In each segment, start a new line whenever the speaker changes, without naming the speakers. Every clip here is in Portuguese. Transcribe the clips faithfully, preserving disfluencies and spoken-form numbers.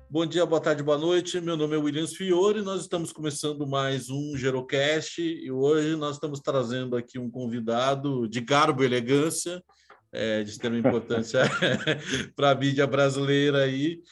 Bom dia, boa tarde, boa noite. Meu nome é Williams Fiore. Nós estamos começando mais um Gerocast e hoje nós estamos trazendo aqui um convidado de garbo e elegância, é, de extrema importância para a mídia brasileira aí.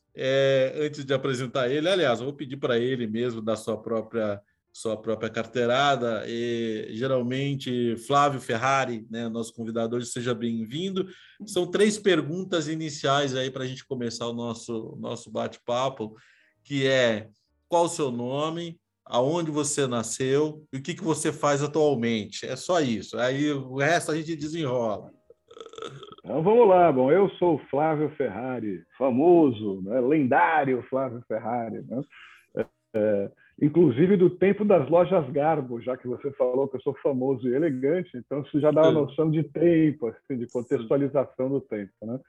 É, antes de apresentar ele, aliás, eu vou pedir para ele mesmo dar sua própria sua própria carteirada. E, geralmente, Flávio Ferrari, né, nosso convidado hoje, seja bem-vindo. São três perguntas iniciais aí para a gente começar o nosso, nosso bate-papo, que é qual o seu nome, aonde você nasceu e o que, que você faz atualmente. É só isso. Aí o resto a gente desenrola.
Então vamos lá, bom, eu sou o Flávio Ferrari, famoso, né, lendário Flávio Ferrari, né? É, inclusive do tempo das lojas Garbo, já que você falou que eu sou famoso e elegante, então isso já dá uma noção de tempo, assim, de contextualização do tempo, né?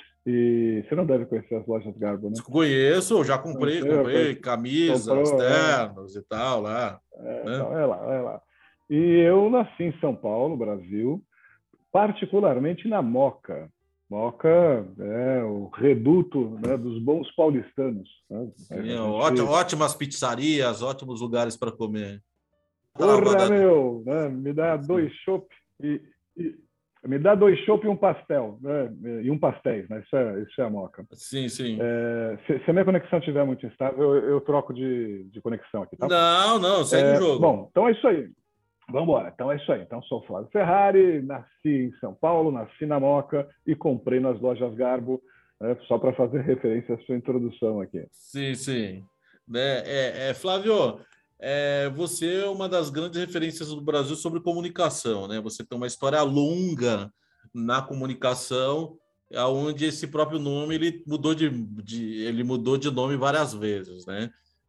E você não deve conhecer as lojas Garbo, né?
Conheço, já comprei, comprei camisas,
comprou,
ternos é. e tal lá.
É,
Né?
então, é lá, é lá. E eu nasci em São Paulo, Brasil, particularmente na Moca. Moca é o reduto, né, dos bons paulistanos. Né?
Sim,
gente...
ótimas pizzarias, ótimos lugares para comer.
Porra, meu, né? Me dá dois chopp e, e me dá dois chopp e um pastel, né? E um pastéis, né? Isso é, isso é a Moca.
Sim, sim.
É, se, se a minha conexão estiver muito instável, eu, eu troco de, de conexão aqui, tá?
Não, não, segue
é,
o jogo.
Bom, então é isso aí. Vamos embora. Então é isso aí. Então sou Flávio Ferrari, nasci em São Paulo, nasci na Moca e comprei nas lojas Garbo, né, só para fazer referência à sua introdução aqui.
Sim, sim. É, é, é, Flávio, é, você é uma das grandes referências do Brasil sobre comunicação, né? Você tem uma história longa na comunicação, onde esse próprio nome ele mudou de, de ele mudou de nome várias vezes, né?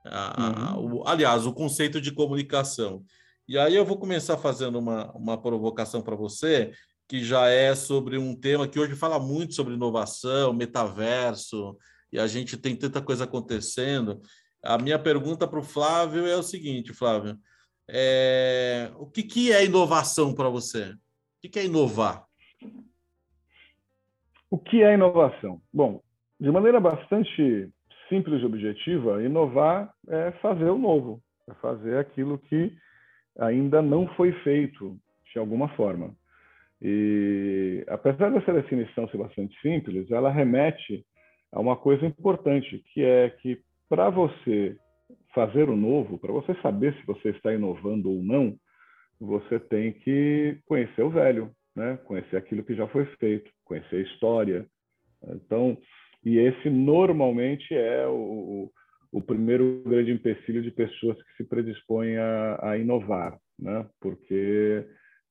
A, uhum. o, aliás, o conceito de comunicação. E aí eu vou começar fazendo uma, uma provocação para você, que já é sobre um tema que hoje fala muito sobre inovação, metaverso, e a gente tem tanta coisa acontecendo. A minha pergunta para o Flávio é o seguinte, Flávio, é... o que, que é inovação para você? O que, que é inovar?
O que é inovação? Bom, de maneira bastante simples e objetiva, inovar é fazer o novo, é fazer aquilo que ainda não foi feito de alguma forma. E apesar dessa definição ser bastante simples, ela remete a uma coisa importante, que é que para você fazer o novo, para você saber se você está inovando ou não, você tem que conhecer o velho, né? Conhecer aquilo que já foi feito, conhecer a história. Então, e esse normalmente é o, o primeiro grande empecilho de pessoas que se predispõem a, a inovar, né? Porque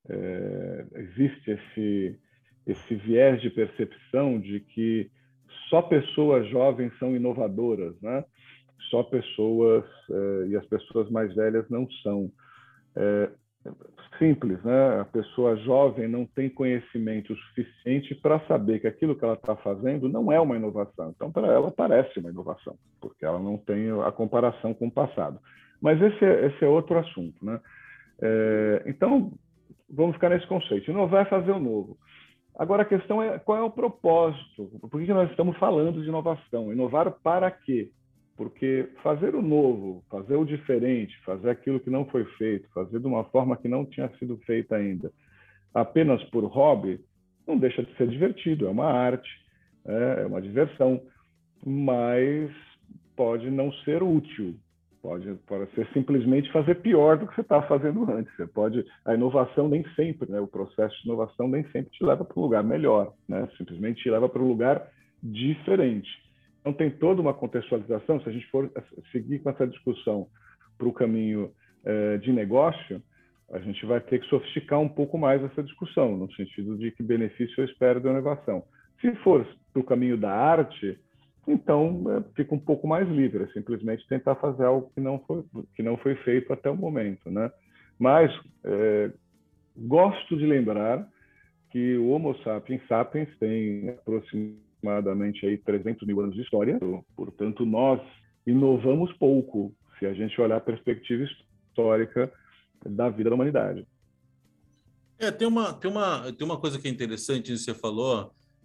é, existe esse, esse viés de percepção de que só pessoas jovens são inovadoras, né? Só pessoas, é, e as pessoas mais velhas não são. É, simples, né? A pessoa jovem não tem conhecimento suficiente para saber que aquilo que ela está fazendo não é uma inovação. Então, para ela, parece uma inovação, porque ela não tem a comparação com o passado. Mas esse é, esse é outro assunto, né? É, então, vamos ficar nesse conceito. Inovar é fazer o novo. Agora, a questão é qual é o propósito? Por que nós estamos falando de inovação? Inovar para quê? Porque fazer o novo, fazer o diferente, fazer aquilo que não foi feito, fazer de uma forma que não tinha sido feita ainda, apenas por hobby, não deixa de ser divertido, é uma arte, é uma diversão, mas pode não ser útil, pode, pode ser simplesmente fazer pior do que você estava fazendo antes. Você pode, a inovação nem sempre, né, o processo de inovação nem sempre te leva para um lugar melhor, né, simplesmente te leva para um lugar diferente. Então, tem toda uma contextualização. Se a gente for seguir com essa discussão para o caminho eh, de negócio, a gente vai ter que sofisticar um pouco mais essa discussão, no sentido de que benefício eu espero da inovação. Se for para o caminho da arte, então eh, fica um pouco mais livre, é simplesmente tentar fazer algo que não foi, que não foi feito até o momento, né? Mas eh, gosto de lembrar que o Homo sapiens sapiens tem aproximadamente aproximadamente aí trezentos mil anos de história, portanto nós inovamos pouco se a gente olhar a perspectiva histórica da vida da humanidade.
É, tem uma, tem uma, tem uma coisa que é interessante que você falou,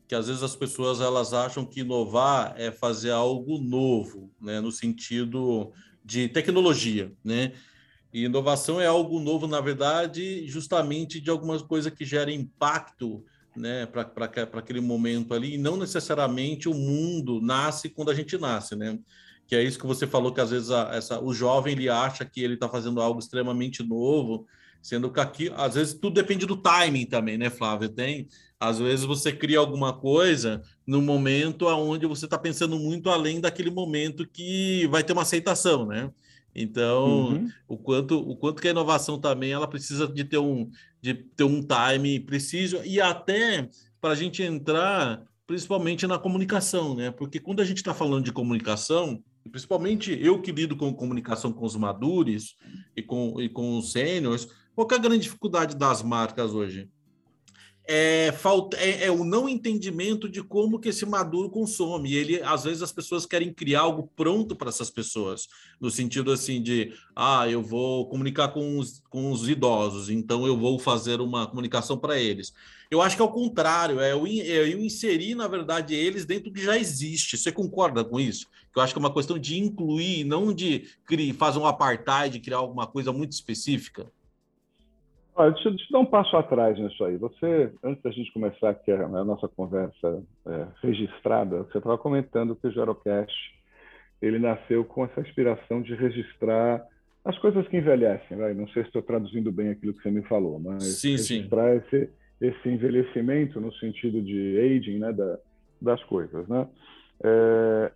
que às vezes as pessoas elas acham que inovar é fazer algo novo, né, no sentido de tecnologia, né? E inovação é algo novo, na verdade, justamente de algumas coisas que gerem impacto, né, para aquele momento ali, e não necessariamente o mundo nasce quando a gente nasce, né? Que é isso que você falou, que às vezes a, essa, o jovem ele acha que ele está fazendo algo extremamente novo, sendo que aqui, às vezes, tudo depende do timing também, né, Flávio? Tem, às vezes você cria alguma coisa no momento onde você está pensando muito além daquele momento que vai ter uma aceitação, né? Então,
Uhum.
o quanto, o quanto que a inovação também ela precisa de ter um, de ter um time preciso e até para a gente entrar principalmente na comunicação, né? Porque quando a gente está falando de comunicação, principalmente eu que lido com comunicação com os maduros e com, e com os sêniores, qual que é a grande dificuldade das marcas hoje? É, falta, é, é o não entendimento de como que esse maduro consome. E ele, às vezes, as pessoas querem criar algo pronto para essas pessoas, no sentido assim de, ah, eu vou comunicar com os, com os idosos, então eu vou fazer uma comunicação para eles. Eu acho que é o contrário, é eu, é eu inserir, na verdade, eles dentro do que já existe. Você concorda com isso? Que eu acho que é uma questão de incluir, não de criar, fazer um apartheid, criar alguma coisa muito específica.
Olha, deixa, deixa eu dar um passo atrás nisso aí. Você, antes da gente começar aqui a, a nossa conversa é, registrada, você estava comentando que o Gerocast ele nasceu com essa inspiração de registrar as coisas que envelhecem. Vai? Não sei se estou traduzindo bem aquilo que você me falou, mas
Sim, sim.
registrar esse, esse envelhecimento no sentido de aging, né, da, das coisas. Né? É,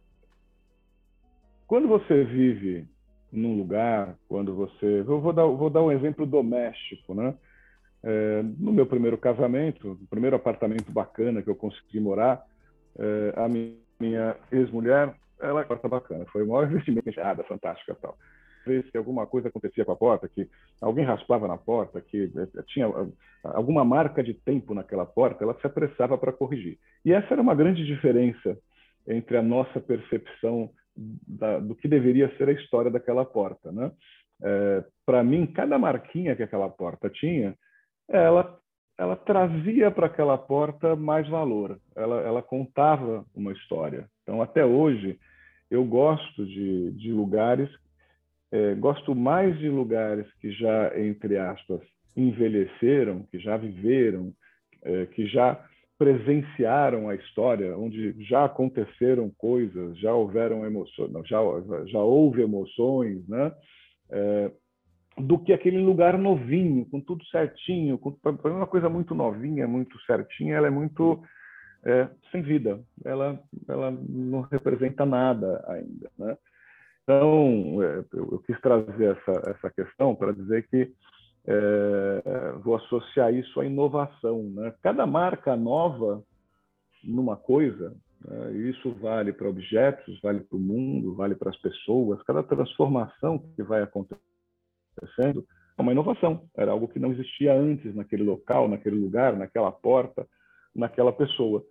quando você vive num lugar, quando você... Eu vou dar, vou dar um exemplo doméstico, né? É, no meu primeiro casamento, no primeiro apartamento bacana que eu consegui morar, é, a minha, minha ex-mulher, ela é bacana, foi o maior investimento, ah, fantástica tal. Às vezes alguma coisa acontecia com a porta, que alguém raspava na porta, que tinha alguma marca de tempo naquela porta, ela se apressava para corrigir. E essa era uma grande diferença entre a nossa percepção da, do que deveria ser a história daquela porta, né? É, para mim, cada marquinha que aquela porta tinha, ela, ela trazia para aquela porta mais valor, ela, ela contava uma história. Então, até hoje, eu gosto de, de lugares, é, gosto mais de lugares que já, entre aspas, envelheceram, que já viveram, é, que já presenciaram a história, onde já aconteceram coisas, já houveram emoções, já, já houve emoções, né? É, do que aquele lugar novinho, com tudo certinho, com uma coisa muito novinha, muito certinha, ela é muito é, sem vida, ela, ela não representa nada ainda, né? Então, é, eu, eu quis trazer essa, essa questão para dizer que é, vou associar isso à inovação, né? Cada marca nova numa coisa, né? Isso vale para objetos, vale para o mundo, vale para as pessoas, cada transformação que vai acontecer acontecendo, é uma inovação. Era algo que não existia antes naquele local, naquele lugar, naquela porta, naquela pessoa.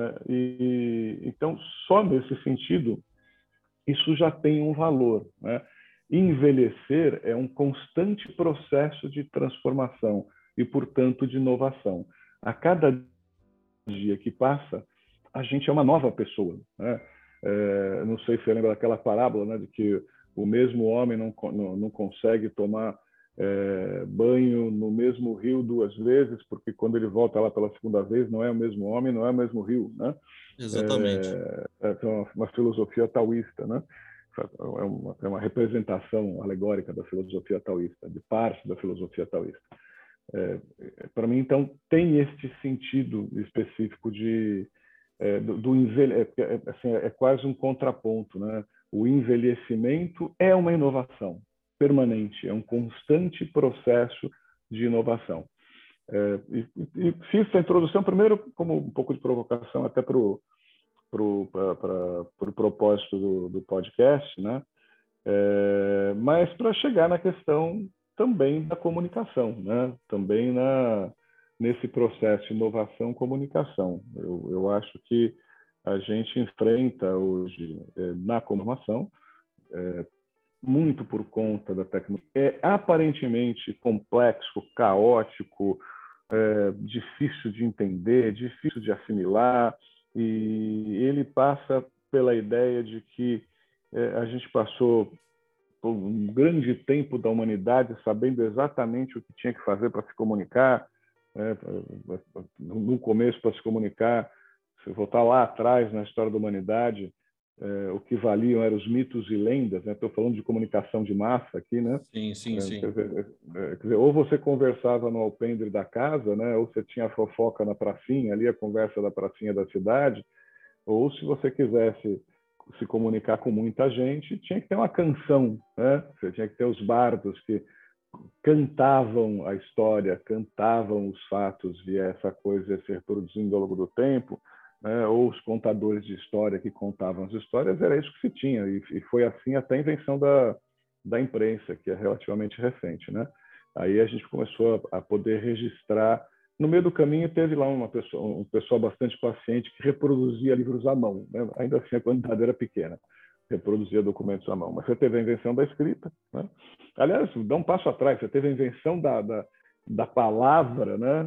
E, então, só nesse sentido, isso já tem um valor. Né? Envelhecer é um constante processo de transformação e, portanto, de inovação. A cada dia que passa, a gente é uma nova pessoa. Né? É, não sei se você lembra daquela parábola, né, de que o mesmo homem não, não, não consegue tomar é, banho no mesmo rio duas vezes, porque quando ele volta lá pela segunda vez, não é o mesmo homem, não é o mesmo rio, né?
Exatamente.
É, é uma, uma filosofia taoísta, né? É uma, é uma representação alegórica da filosofia taoísta, de parte da filosofia taoísta. É, para mim, então, tem este sentido específico de é, do, do envelhe... é, assim, é quase um contraponto, né? O envelhecimento é uma inovação permanente, é um constante processo de inovação. É, e, e fiz essa introdução primeiro como um pouco de provocação até para o pro, pro, pro propósito do, do podcast, né? É, mas para chegar na questão também da comunicação, né? Também na, nesse processo de inovação comunicação. Eu, eu acho que a gente enfrenta hoje é, na comunicação, é, muito por conta da tecnologia, é aparentemente complexo, caótico, é, difícil de entender, difícil de assimilar, e ele passa pela ideia de que é, a gente passou por um grande tempo da humanidade sabendo exatamente o que tinha que fazer para se comunicar, né? No começo, para se comunicar, se voltar lá atrás na história da humanidade, é, o que valiam eram os mitos e lendas, né? Estou falando de comunicação de massa aqui, né?
Sim, sim,
É,
sim.
quer dizer, é, quer dizer, ou você conversava no alpendre da casa, né? Ou você tinha a fofoca na pracinha, ali a conversa da pracinha da cidade, ou se você quisesse se comunicar com muita gente, tinha que ter uma canção, né? Você tinha que ter os bardos que cantavam a história, cantavam os fatos, via essa coisa se reproduzindo ao longo do tempo, né? Ou os contadores de história que contavam as histórias, era isso que se tinha, e, e foi assim até a invenção da, da imprensa, que é relativamente recente, né? Aí a gente começou a, a poder registrar. No meio do caminho teve lá uma pessoa, um pessoal bastante paciente que reproduzia livros à mão, né? Ainda assim a quantidade era pequena, reproduzia documentos à mão. Mas você teve a invenção da escrita, né? Aliás, dá um passo atrás, você teve a invenção da, da, da palavra, né?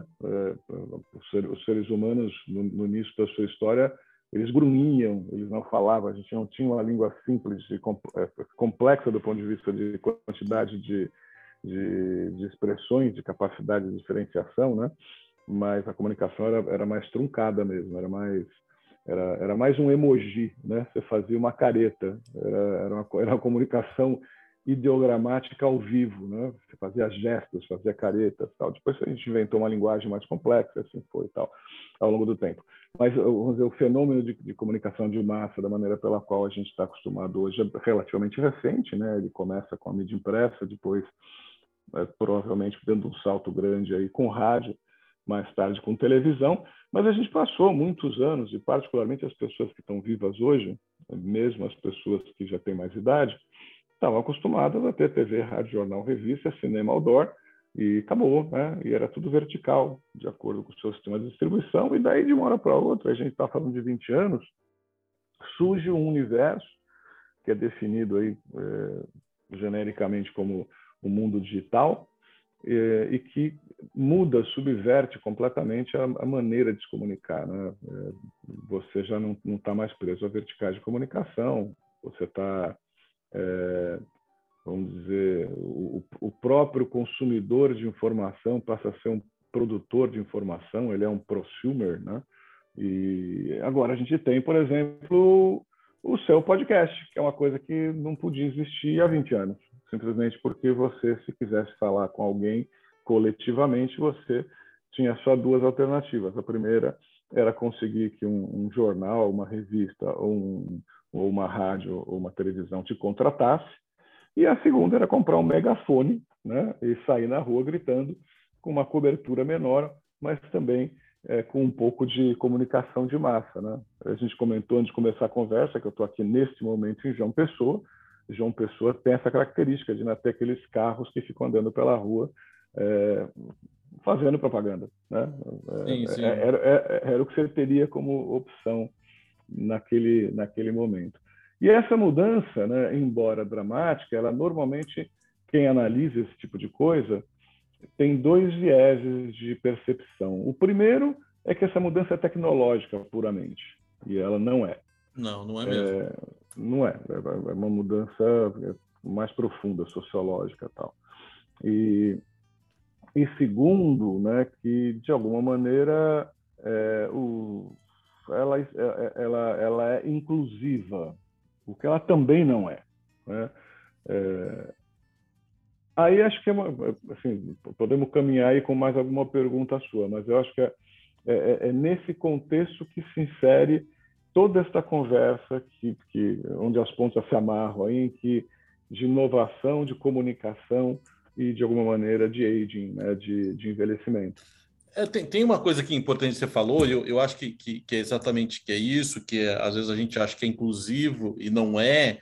Os seres humanos, no, no início da sua história, eles grunhiam, eles não falavam, a gente não tinha uma língua simples e complexa do ponto de vista de quantidade de, de, de expressões, de capacidade de diferenciação, né? Mas a comunicação era, era mais truncada mesmo, era mais, era, era mais um emoji, né? Você fazia uma careta, era, era, uma, era uma comunicação ideogramática ao vivo, né? Você fazia gestos, fazia caretas, tal. Depois a gente inventou uma linguagem mais complexa, assim foi, tal, ao longo do tempo. Mas vamos dizer, o fenômeno de, de comunicação de massa, da maneira pela qual a gente está acostumado hoje, é relativamente recente, né? Ele começa com a mídia impressa, depois é, provavelmente dando um salto grande aí com rádio, mais tarde com televisão, mas a gente passou muitos anos, e particularmente as pessoas que estão vivas hoje, mesmo as pessoas que já têm mais idade, estavam acostumadas a ter T V, rádio, jornal, revista, cinema, outdoor, e acabou, né? E era tudo vertical, de acordo com o seu sistema de distribuição, e daí de uma hora para outra, a gente está falando de vinte anos, surge um universo que é definido aí, é, genericamente como o mundo digital, é, e que muda, subverte completamente a, a maneira de se comunicar, né? É, você já não está mais preso a verticais de comunicação, você está... É, vamos dizer, o, o próprio consumidor de informação passa a ser um produtor de informação, ele é um prosumer, né? E agora a gente tem, por exemplo, o seu podcast, que é uma coisa que não podia existir há vinte anos, simplesmente porque você, se quisesse falar com alguém coletivamente, você tinha só duas alternativas. A primeira era conseguir que um, um jornal, uma revista, ou, um, ou uma rádio, ou uma televisão te contratasse, e a segunda era comprar um megafone, né, e sair na rua gritando, com uma cobertura menor, mas também é, com um pouco de comunicação de massa, né? A gente comentou antes de começar a conversa que eu estou aqui neste momento em João Pessoa. João Pessoa tem essa característica de não ter aqueles carros que ficam andando pela rua é, fazendo propaganda, né?
Sim, sim.
Era, era, era o que você teria como opção naquele, naquele momento. E essa mudança, né, embora dramática, ela normalmente, quem analisa esse tipo de coisa, tem dois vieses de percepção. O primeiro é que essa mudança é tecnológica puramente, e ela não é.
Não, não é mesmo.
É, não é. É uma mudança mais profunda, sociológica e tal. E, e segundo, né, que de alguma maneira é, o, ela, ela, ela é inclusiva, o que ela também não é, né? É, aí acho que é uma, assim, podemos caminhar aí com mais alguma pergunta sua, mas eu acho que é, é, é nesse contexto que se insere toda esta conversa que, que, onde as pontas se amarram aí, que, de inovação, de comunicação e, de alguma maneira, de aging, né? de, de envelhecimento.
É, tem, tem uma coisa que é importante que você falou, e eu, eu acho que, que, que é exatamente que é isso, que é, às vezes a gente acha que é inclusivo e não é,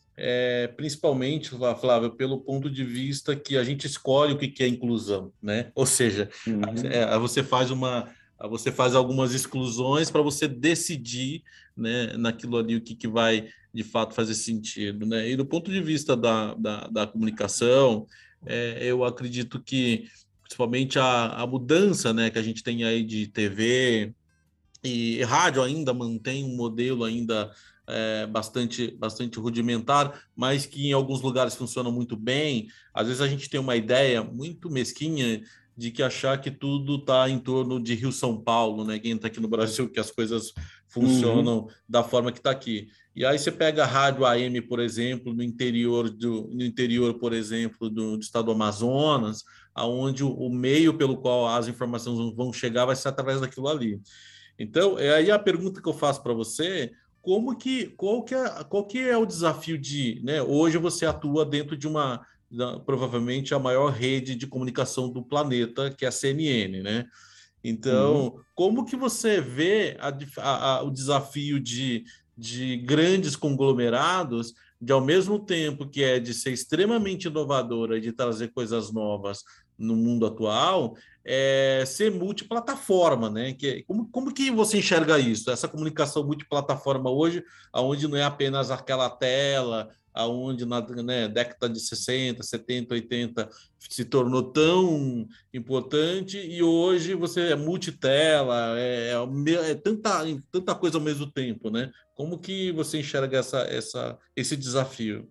é principalmente, Flávio, pelo ponto de vista que a gente escolhe o que, que é inclusão, né? Ou seja,
Uhum.
é, você faz uma... Você faz algumas exclusões para você decidir, né, naquilo ali o que, que vai de fato fazer sentido, né? E do ponto de vista da, da, da comunicação, é, eu acredito que principalmente a, a mudança, né, que a gente tem aí de T V, E rádio ainda mantém um modelo ainda é, bastante, bastante rudimentar, mas que em alguns lugares funciona muito bem. Às vezes a gente tem uma ideia muito mesquinha de que achar que tudo está em torno de Rio-São Paulo, né? Quem está aqui no Brasil, que as coisas
Uhum.
funcionam da forma que está aqui. E aí você pega a rádio A M, por exemplo, no interior do, no interior, por exemplo, do, do estado do Amazonas, aonde o, o meio pelo qual as informações vão chegar vai ser através daquilo ali. Então, é aí a pergunta que eu faço para você, como que, qual que é, qual que é o desafio de, né? Hoje você atua dentro de uma, da, provavelmente a maior rede de comunicação do planeta, que é a C N N, né?
Uhum.
Então, como que você vê a, a, a, o desafio de, de grandes conglomerados, de ao mesmo tempo que é de ser extremamente inovadora e de trazer coisas novas no mundo atual, é, ser multiplataforma, né? Que, como, como que você enxerga isso? Essa comunicação multiplataforma hoje, aonde não é apenas aquela tela, aonde na, né, década de sessenta, setenta, oitenta se tornou tão importante e hoje você é multitela, é, é, é tanta, tanta coisa ao mesmo tempo, né? Como que você enxerga essa, essa, esse desafio?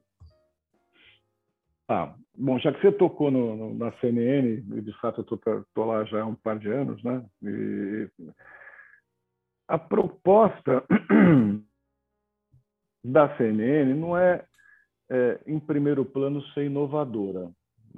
Ah, bom, já que você tocou no, no, na C N N, e de fato eu estou lá já há um par de anos, né? E a proposta da C N N não é, é em primeiro plano, ser inovadora.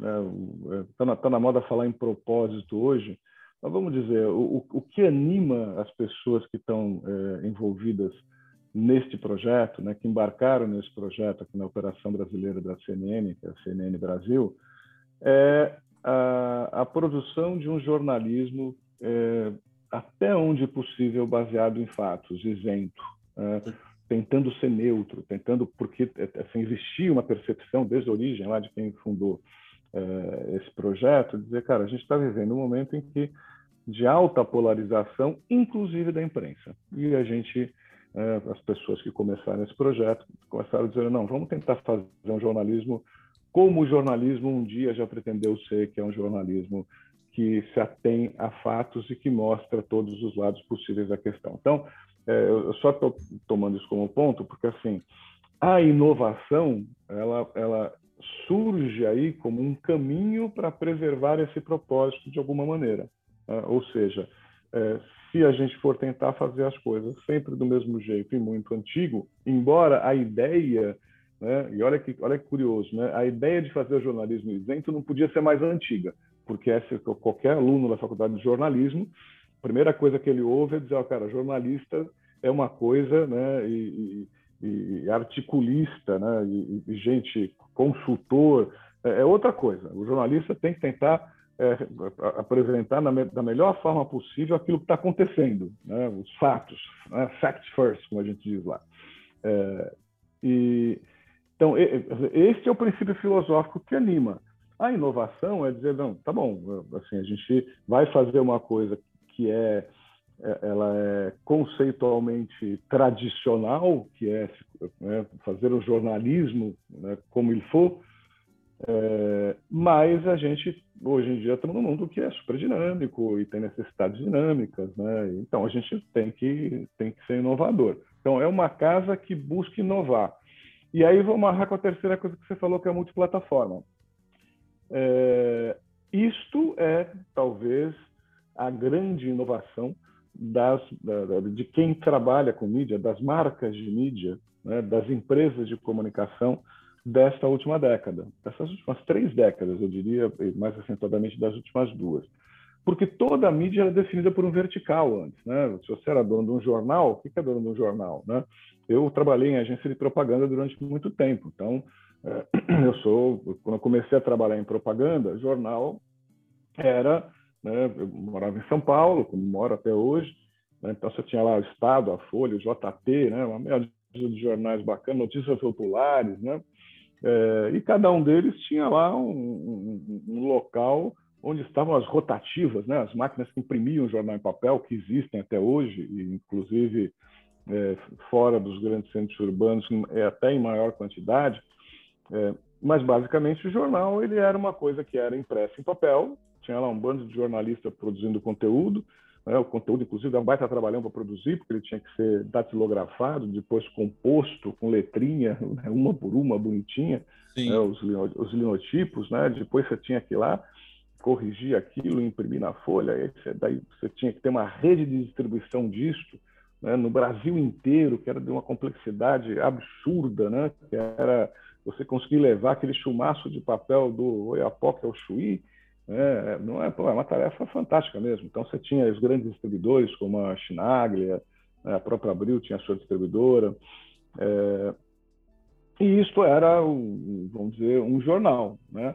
Está na, tá na moda falar em propósito hoje, mas vamos dizer, o, o que anima as pessoas que estão é, envolvidas neste projeto, né, que embarcaram nesse projeto aqui na Operação Brasileira da C N N, que é a C N N Brasil, é a, a produção de um jornalismo é, até onde possível baseado em fatos, isento, é, tentando ser neutro, tentando, porque assim, existia uma percepção desde a origem lá de quem fundou é, esse projeto, dizer, cara, a gente está vivendo um momento em que de alta polarização, inclusive da imprensa. E a gente, é, as pessoas que começaram esse projeto, começaram a dizer, não, vamos tentar fazer um jornalismo como o jornalismo um dia já pretendeu ser, que é um jornalismo que se atém a fatos e que mostra todos os lados possíveis da questão. Então, é, eu só estou tomando isso como ponto, porque assim, a inovação, ela, ela surge aí como um caminho para preservar esse propósito de alguma maneira. Né? Ou seja, é, se a gente for tentar fazer as coisas sempre do mesmo jeito e muito antigo, embora a ideia, né, e olha que, olha que curioso, né, a ideia de fazer o jornalismo isento não podia ser mais antiga, porque essa, qualquer aluno da faculdade de jornalismo, a primeira coisa que ele ouve é dizer, oh, cara, jornalista é uma coisa, né, e, e, e articulista, né, e, e gente, consultor, é, é outra coisa. O jornalista tem que tentar é, apresentar na, da melhor forma possível aquilo que está acontecendo, né, os fatos, né, fact first, como a gente diz lá. É, e, então, esse é o princípio filosófico que anima. A inovação é dizer, não, tá bom, assim, a gente vai fazer uma coisa que é, ela é conceitualmente tradicional, que é, né, fazer o jornalismo, né, como ele for, é, mas a gente, hoje em dia, estamos num mundo que é super dinâmico e tem necessidades dinâmicas, né? Então, a gente tem que, tem que ser inovador. Então, é uma casa que busca inovar. E aí vou amarrar com a terceira coisa que você falou, que é a multiplataforma. É, isto é, talvez, a grande inovação das, da, de quem trabalha com mídia, das marcas de mídia, né, das empresas de comunicação desta última década. Dessas últimas três décadas, eu diria, mais acentuadamente das últimas duas. Porque toda a mídia era definida por um vertical antes. Né? Se você era dono de um jornal, o que é dono de um jornal? Né? Eu trabalhei em agência de propaganda durante muito tempo. Então, eu sou, quando eu comecei a trabalhar em propaganda, jornal era, né, eu morava em São Paulo, como moro até hoje, né, então você tinha lá o Estado, a Folha, o J P, né, uma meia dúzia de jornais bacanas, notícias populares, né, é, e cada um deles tinha lá um, um, um local onde estavam as rotativas, né, as máquinas que imprimiam o jornal em papel, que existem até hoje, e inclusive é, fora dos grandes centros urbanos, é, até em maior quantidade, é, mas basicamente o jornal ele era uma coisa que era impressa em papel, tinha lá um bando de jornalistas produzindo conteúdo, né? O conteúdo, inclusive, é um baita trabalhão para produzir, porque ele tinha que ser datilografado, depois composto com letrinha, né? Uma por uma, bonitinha, né? os, os linotipos, né? Depois você tinha que ir lá corrigir aquilo, imprimir na folha, aí você, daí você tinha que ter uma rede de distribuição disso, né? No Brasil inteiro, que era de uma complexidade absurda, né? Que era você conseguir levar aquele chumaço de papel do Oiapoque ao Chuí, né? Não é, pô, é uma tarefa fantástica mesmo. Então você tinha os grandes distribuidores, como a Chinaglia, né? A própria Abril tinha a sua distribuidora, é... e isto era, um, vamos dizer, um jornal, né?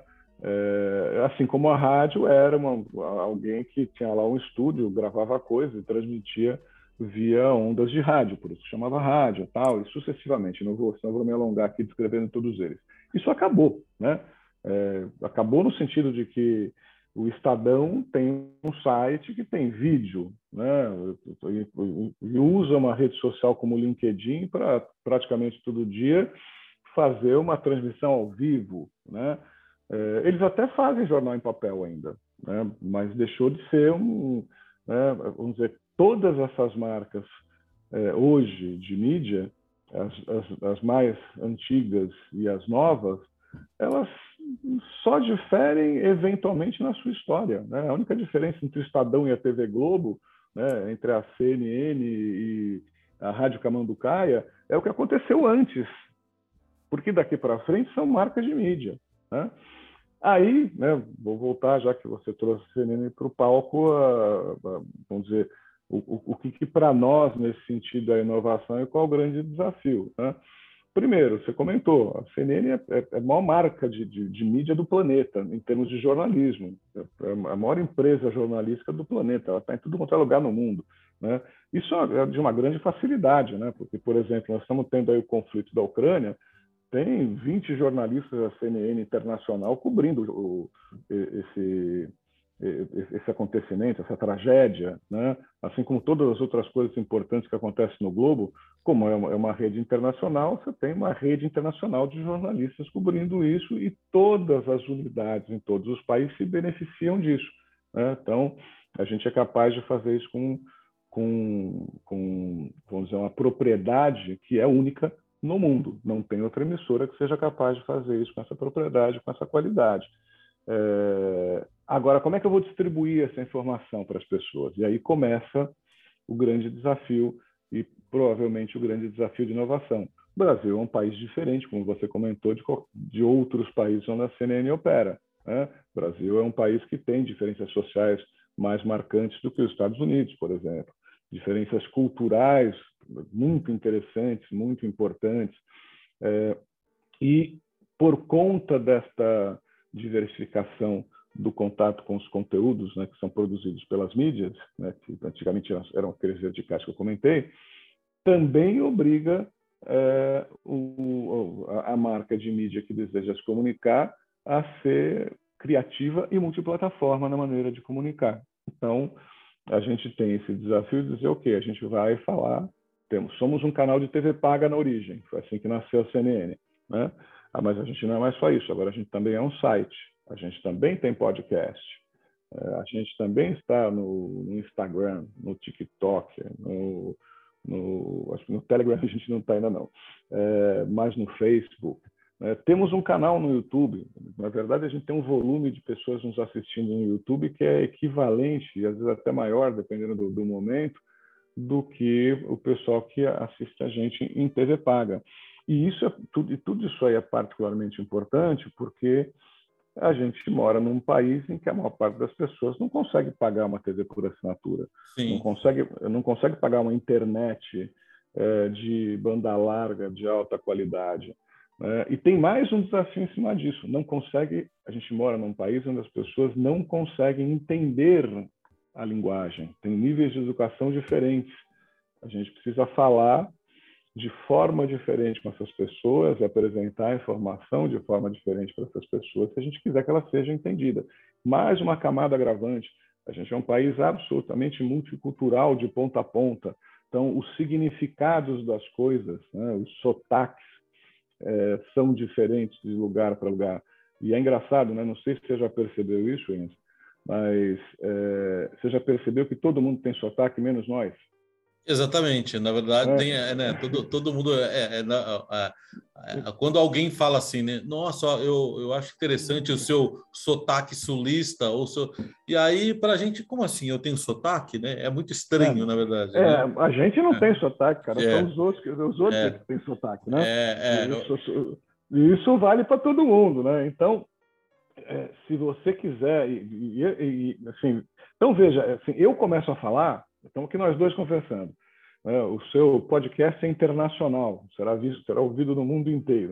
É, assim como a rádio era uma, alguém que tinha lá um estúdio, gravava coisas e transmitia via ondas de rádio, por isso chamava rádio e tal, e sucessivamente. Não vou, senão vou me alongar aqui descrevendo todos eles. Isso acabou, né? É, acabou no sentido de que o Estadão tem um site que tem vídeo, né? E, e, e usa uma rede social como o LinkedIn para praticamente todo dia fazer uma transmissão ao vivo, né? Eles até fazem jornal em papel ainda, né? Mas deixou de ser um, né? Vamos dizer, todas essas marcas é, hoje de mídia, as, as, as mais antigas e as novas, elas só diferem eventualmente na sua história, né? A única diferença entre o Estadão e a T V Globo, né? Entre a C N N e a Rádio Camanducaia, é o que aconteceu antes, porque daqui para frente são marcas de mídia, né? Aí, né, vou voltar, já que você trouxe a C N N para o palco, a, a, vamos dizer, o, o, o que, que para nós, nesse sentido, é inovação e qual o grande desafio, né? Primeiro, você comentou, a C N N é, é, é a maior marca de, de, de mídia do planeta, em termos de jornalismo. É a maior empresa jornalística do planeta, ela está em tudo quanto é lugar no mundo, né? Isso é de uma grande facilidade, né? Porque, por exemplo, nós estamos tendo aí o conflito da Ucrânia, tem vinte jornalistas da C N N Internacional cobrindo o, esse, esse acontecimento, essa tragédia, né? Assim como todas as outras coisas importantes que acontecem no globo, como é uma, é uma rede internacional, você tem uma rede internacional de jornalistas cobrindo isso e todas as unidades em todos os países se beneficiam disso, né? Então, a gente é capaz de fazer isso com, com, com vamos dizer, uma propriedade que é única no mundo. Não tem outra emissora que seja capaz de fazer isso com essa propriedade, com essa qualidade. É... Agora, como é que eu vou distribuir essa informação para as pessoas? E aí começa o grande desafio e provavelmente o grande desafio de inovação. O Brasil é um país diferente, como você comentou, de, de outros países onde a C N N opera, né? O Brasil é um país que tem diferenças sociais mais marcantes do que os Estados Unidos, por exemplo. Diferenças culturais muito interessantes, muito importantes. É, e por conta desta diversificação do contato com os conteúdos, né, que são produzidos pelas mídias, né, que antigamente eram aqueles verticais que eu comentei, também obriga é, o, a marca de mídia que deseja se comunicar a ser criativa e multiplataforma na maneira de comunicar. Então, a gente tem esse desafio de dizer, ok, a gente vai falar, temos, somos um canal de T V paga na origem, foi assim que nasceu a C N N, né? Ah, mas a gente não é mais só isso, agora a gente também é um site, a gente também tem podcast, a gente também está no, no Instagram, no TikTok, no, no, acho que no Telegram a gente não está ainda não, é, mas no Facebook. É, temos um canal no YouTube. Na verdade, a gente tem um volume de pessoas nos assistindo no YouTube que é equivalente, e às vezes até maior, dependendo do, do momento, do que o pessoal que assiste a gente em T V paga. E isso é, tudo, e tudo isso aí é particularmente importante porque a gente mora num país em que a maior parte das pessoas não consegue pagar uma T V por assinatura,
Sim.
não consegue, não consegue pagar uma internet é, de banda larga, de alta qualidade. É, e tem mais um desafio em cima disso. Não consegue. A gente mora num país onde as pessoas não conseguem entender a linguagem. Tem níveis de educação diferentes. A gente precisa falar de forma diferente com essas pessoas e apresentar a informação de forma diferente para essas pessoas, se a gente quiser que ela seja entendida. Mais uma camada agravante. A gente é um país absolutamente multicultural de ponta a ponta. Então, os significados das coisas, né, os sotaques, É, são diferentes de lugar para lugar. E é engraçado, né? Não sei se você já percebeu isso, Enzo, mas é, você já percebeu que todo mundo tem sotaque, menos nós?
Exatamente, na verdade,
É.
tem, é, né, todo, todo mundo. É, é, é, é, é, quando alguém fala assim, né? Nossa, eu, eu acho interessante o seu sotaque sulista, ou seu... E aí, para a gente, como assim? Eu tenho sotaque, né? É muito estranho, na verdade,
É, é,
né?
a gente não tem sotaque, cara, são
É,
os outros, os outros é
é,
que têm sotaque, né?
é, é,
Isso, isso vale para todo mundo, né? Então, é, se você quiser, e, e, e, assim, então veja, assim, eu começo a falar, então aqui nós dois conversando, né? O seu podcast é internacional, será visto, será ouvido no mundo inteiro.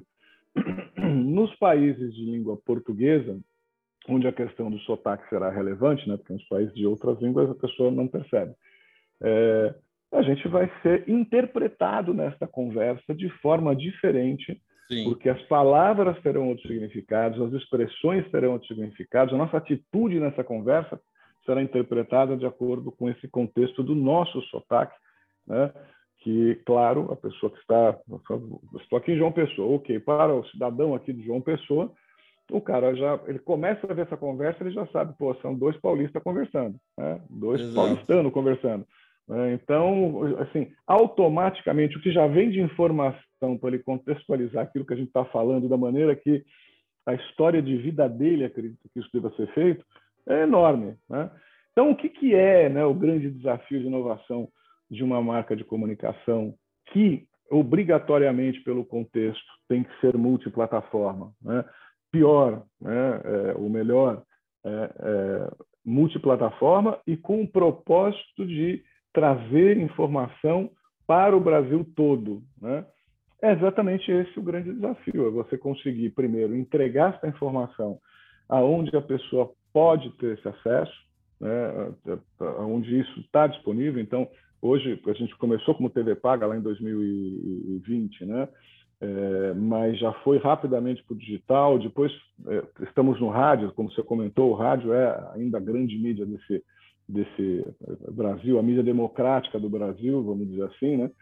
Nos países de língua portuguesa, onde a questão do sotaque será relevante, né? Porque nos países de outras línguas a pessoa não percebe. É, a gente vai ser interpretado nesta conversa de forma diferente,
sim.
porque as palavras terão outros significados, as expressões terão outros significados, a nossa atitude nessa conversa será interpretada de acordo com esse contexto do nosso sotaque, né? Que, claro, a pessoa que está... Estou aqui em João Pessoa, ok, para o cidadão aqui de João Pessoa, o cara já, ele começa a ver essa conversa, ele já sabe, pô, são dois paulistas conversando, né? Dois
Exato.
paulistanos conversando. Então, assim, automaticamente, o que já vem de informação para ele contextualizar aquilo que a gente está falando, da maneira que a história de vida dele acredita que isso deva ser feito, é enorme, né? Então, o que, que é, né, o grande desafio de inovação de uma marca de comunicação que, obrigatoriamente, pelo contexto, tem que ser multiplataforma, né? Pior, né, é, o melhor, é, é, multiplataforma e com o propósito de trazer informação para o Brasil todo, né? É exatamente esse o grande desafio, é você conseguir, primeiro, entregar essa informação aonde a pessoa pode ter esse acesso, né, onde isso está disponível. Então, hoje, a gente começou como T V Paga lá em dois mil e vinte, né? É, mas já foi rapidamente para o digital, depois é, estamos no rádio, como você comentou, o rádio é ainda a grande mídia desse, desse Brasil, a mídia democrática do Brasil, vamos dizer assim, né?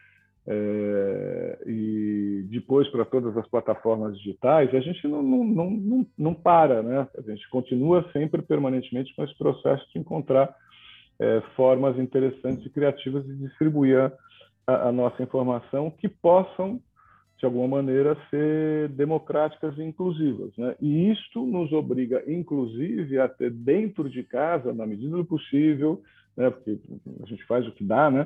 É, e depois para todas as plataformas digitais, a gente não, não, não, não, não para, né? A gente continua sempre, permanentemente, com esse processo de encontrar é, formas interessantes e criativas de distribuir a, a nossa informação que possam, de alguma maneira, ser democráticas e inclusivas, né? E isto nos obriga, inclusive, a ter dentro de casa, na medida do possível, né? Porque a gente faz o que dá, né?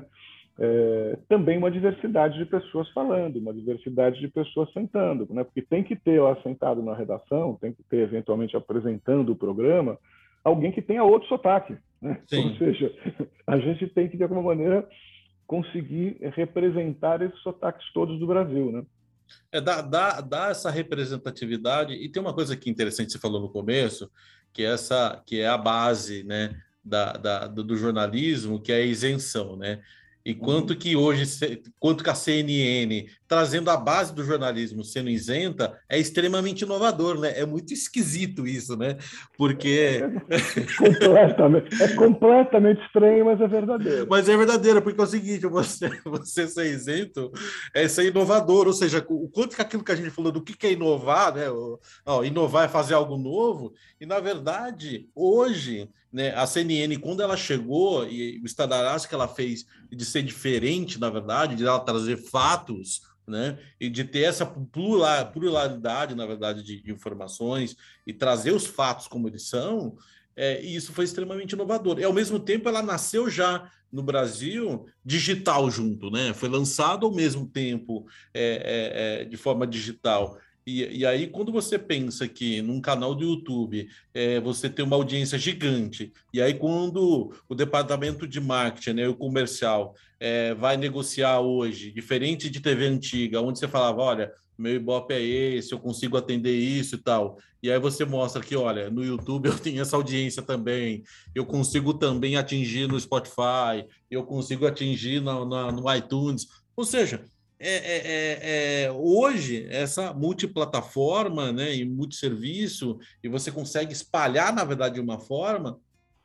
É, também uma diversidade de pessoas falando, uma diversidade de pessoas sentando, né? Porque tem que ter lá sentado na redação, tem que ter, eventualmente, apresentando o programa, alguém que tenha outro sotaque, né? Ou seja, a gente tem que, de alguma maneira, conseguir representar esses sotaques todos do Brasil, né?
É, dá, dá, dá essa representatividade, e tem uma coisa que interessante que você falou no começo, que é, essa, que é a base, né, da, da, do jornalismo, que é a isenção, né? E quanto uhum. que hoje, quanto que a C N N, trazendo a base do jornalismo sendo isenta, é extremamente inovador, né? É muito esquisito isso, né? Porque...
É, completamente, é completamente estranho, mas é verdadeiro.
Mas é verdadeiro, porque é o seguinte, você, você ser isento é ser inovador, ou seja, o quanto que aquilo que a gente falou do que é inovar, né? O, ó, inovar é fazer algo novo, e na verdade, hoje, né, a C N N, quando ela chegou, e o estardalhaço que ela fez de ser diferente, na verdade, de ela trazer fatos, né, e de ter essa pluralidade, na verdade, de, de informações e trazer os fatos como eles são, é, e isso foi extremamente inovador. E, ao mesmo tempo, ela nasceu já no Brasil digital junto, né? Foi lançado ao mesmo tempo é, é, é, de forma digital. E, e aí, quando você pensa que num canal do YouTube é, você tem uma audiência gigante, e aí quando o departamento de marketing, né, o comercial, é, vai negociar hoje, diferente de T V antiga, onde você falava, olha, meu Ibope é esse, eu consigo atender isso e tal. E aí você mostra que, olha, no YouTube eu tenho essa audiência também, eu consigo também atingir no Spotify, eu consigo atingir na, na, no iTunes. Ou seja, É, é, é, hoje, essa multiplataforma, né, e multisserviço, e você consegue espalhar, na verdade, de uma forma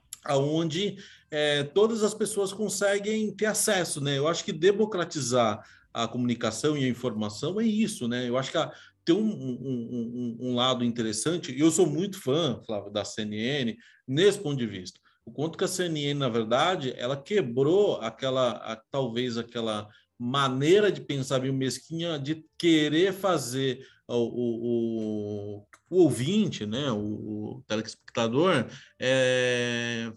onde é, todas as pessoas conseguem ter acesso, né? Eu acho que democratizar a comunicação e a informação é isso, né? Eu acho que a, tem um, um, um, um lado interessante, e eu sou muito fã, Flávio, da C N N, nesse ponto de vista. O quanto que a C N N, na verdade, ela quebrou aquela, a, talvez aquela maneira de pensar meio mesquinha de querer fazer o, o, o, o ouvinte, né, o, o telespectador, é,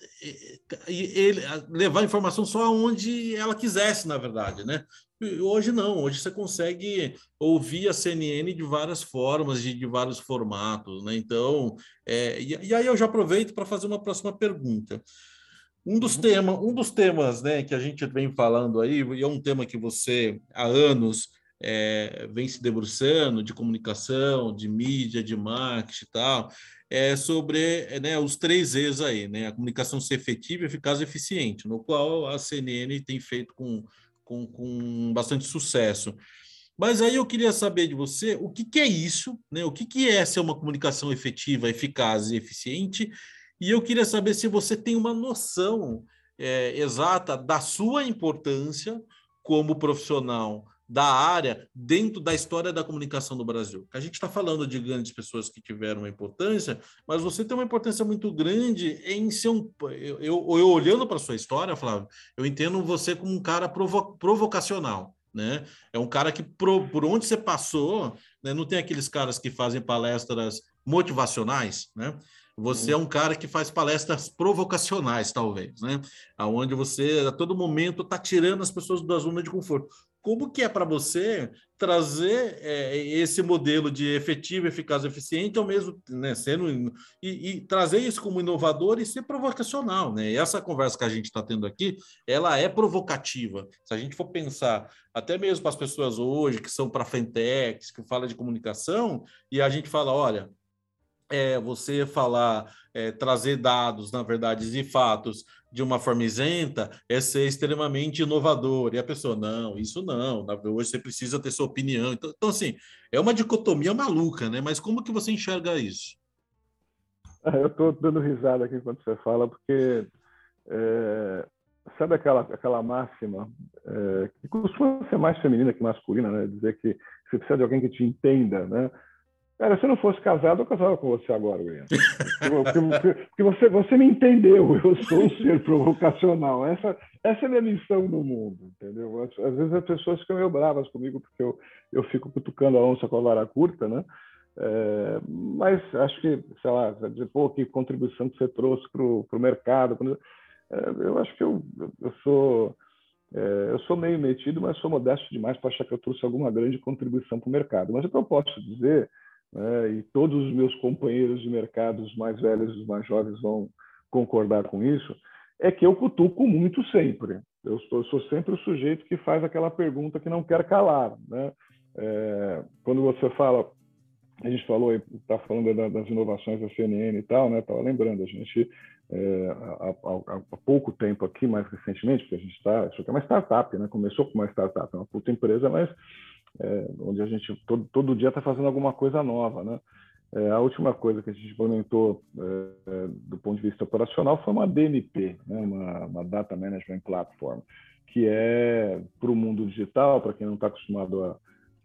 ele, levar a informação só onde ela quisesse, na verdade, né? Hoje não, hoje você consegue ouvir a C N N de várias formas, de, de vários formatos, né? Então, é, e, e aí eu já aproveito para fazer uma próxima pergunta. Um dos, tema, um dos temas, né, que a gente vem falando aí, e é um tema que você há anos é, vem se debruçando, de comunicação, de mídia, de marketing e tal, é sobre, né, os três E's aí, né? A comunicação ser efetiva, eficaz e eficiente, no qual a C N N tem feito com, com, com bastante sucesso. Mas aí eu queria saber de você o que, que é isso, né? O que, que é ser uma comunicação efetiva, eficaz e eficiente, e eu queria saber se você tem uma noção é, exata da sua importância como profissional da área dentro da história da comunicação no Brasil. A gente está falando de grandes pessoas que tiveram uma importância, mas você tem uma importância muito grande em ser um... Eu, eu, eu olhando para a sua história, Flávio, eu entendo você como um cara provo, provocacional, né? É um cara que, por, por onde você passou, né? Não tem aqueles caras que fazem palestras motivacionais, né? Você é um cara que faz palestras provocacionais, talvez, né? Onde você, a todo momento, está tirando as pessoas da zona de conforto. Como que é para você trazer é, esse modelo de efetivo, eficaz e eficiente, ao mesmo, né, sendo, e, e trazer isso como inovador e ser provocacional, né? E essa conversa que a gente está tendo aqui, ela é provocativa. Se a gente for pensar, até mesmo para as pessoas hoje que são para fintechs, que falam de comunicação, e a gente fala, olha, é, você falar, é, trazer dados, na verdade, e fatos de uma forma isenta, é ser extremamente inovador. E a pessoa, não, isso não, hoje você precisa ter sua opinião. Então, então, assim, é uma dicotomia maluca, né? Mas como que você enxerga isso?
Eu estou dando risada aqui quando você fala, porque é, sabe aquela, aquela máxima é, que costuma ser mais feminina que masculina, né? Dizer que você precisa de alguém que te entenda, né? Cara, se eu não fosse casado, eu casava com você agora, William. Porque, porque, porque você, você me entendeu, eu sou um ser provocacional. Essa, essa é a minha missão no mundo, entendeu? Às, às vezes as pessoas ficam meio bravas comigo, porque eu, eu fico cutucando a onça com a vara curta, né? É, mas acho que, sei lá, dizer, pô, que contribuição que você trouxe para o mercado. É, eu acho que eu, eu sou... É, eu sou meio metido, mas sou modesto demais para achar que eu trouxe alguma grande contribuição para o mercado. Mas o que eu posso dizer, né, e todos os meus companheiros de mercado, os mais velhos e os mais jovens vão concordar com isso, é que eu cutuco muito sempre. Eu sou, eu sou sempre o sujeito que faz aquela pergunta que não quer calar, né? É, quando você fala, a gente falou, está falando das inovações da C N N e tal, né? Estava lembrando, a gente é, há, há, há pouco tempo aqui, mais recentemente, porque a gente está, isso aqui é uma startup, né? Começou com uma startup, é uma puta empresa, mas é, onde a gente todo, todo dia está fazendo alguma coisa nova, né? É, a última coisa que a gente implementou é, do ponto de vista operacional foi uma D M P, né? uma, uma Data Management Platform, que é para o mundo digital, para quem não está acostumado a,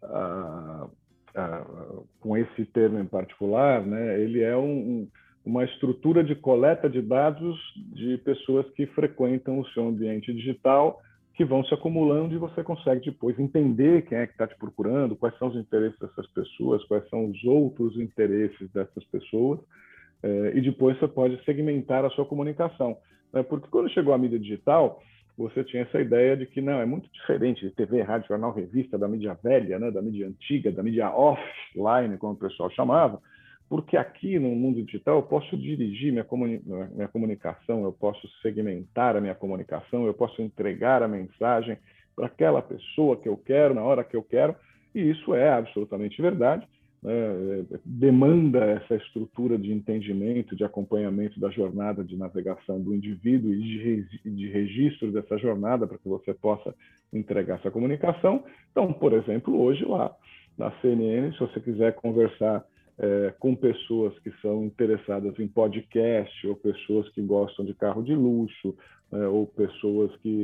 a, a, com esse termo em particular, né? Ele é um, um, uma estrutura de coleta de dados de pessoas que frequentam o seu ambiente digital, que vão se acumulando e você consegue depois entender quem é que está te procurando, quais são os interesses dessas pessoas, quais são os outros interesses dessas pessoas, eh, e depois você pode segmentar a sua comunicação. Né? Porque quando chegou a mídia digital, você tinha essa ideia de que não, é muito diferente de T V, rádio, jornal, revista, da mídia velha, né? Da mídia antiga, da mídia offline, como o pessoal chamava, porque aqui no mundo digital eu posso dirigir minha, comuni minha comunicação, eu posso segmentar a minha comunicação, eu posso entregar a mensagem para aquela pessoa que eu quero, na hora que eu quero, e isso é absolutamente verdade, né? Demanda essa estrutura de entendimento, de acompanhamento da jornada de navegação do indivíduo e de, de registro dessa jornada para que você possa entregar essa comunicação. Então, por exemplo, hoje lá na C N N, se você quiser conversar É, com pessoas que são interessadas em podcast, ou pessoas que gostam de carro de luxo, é, ou pessoas que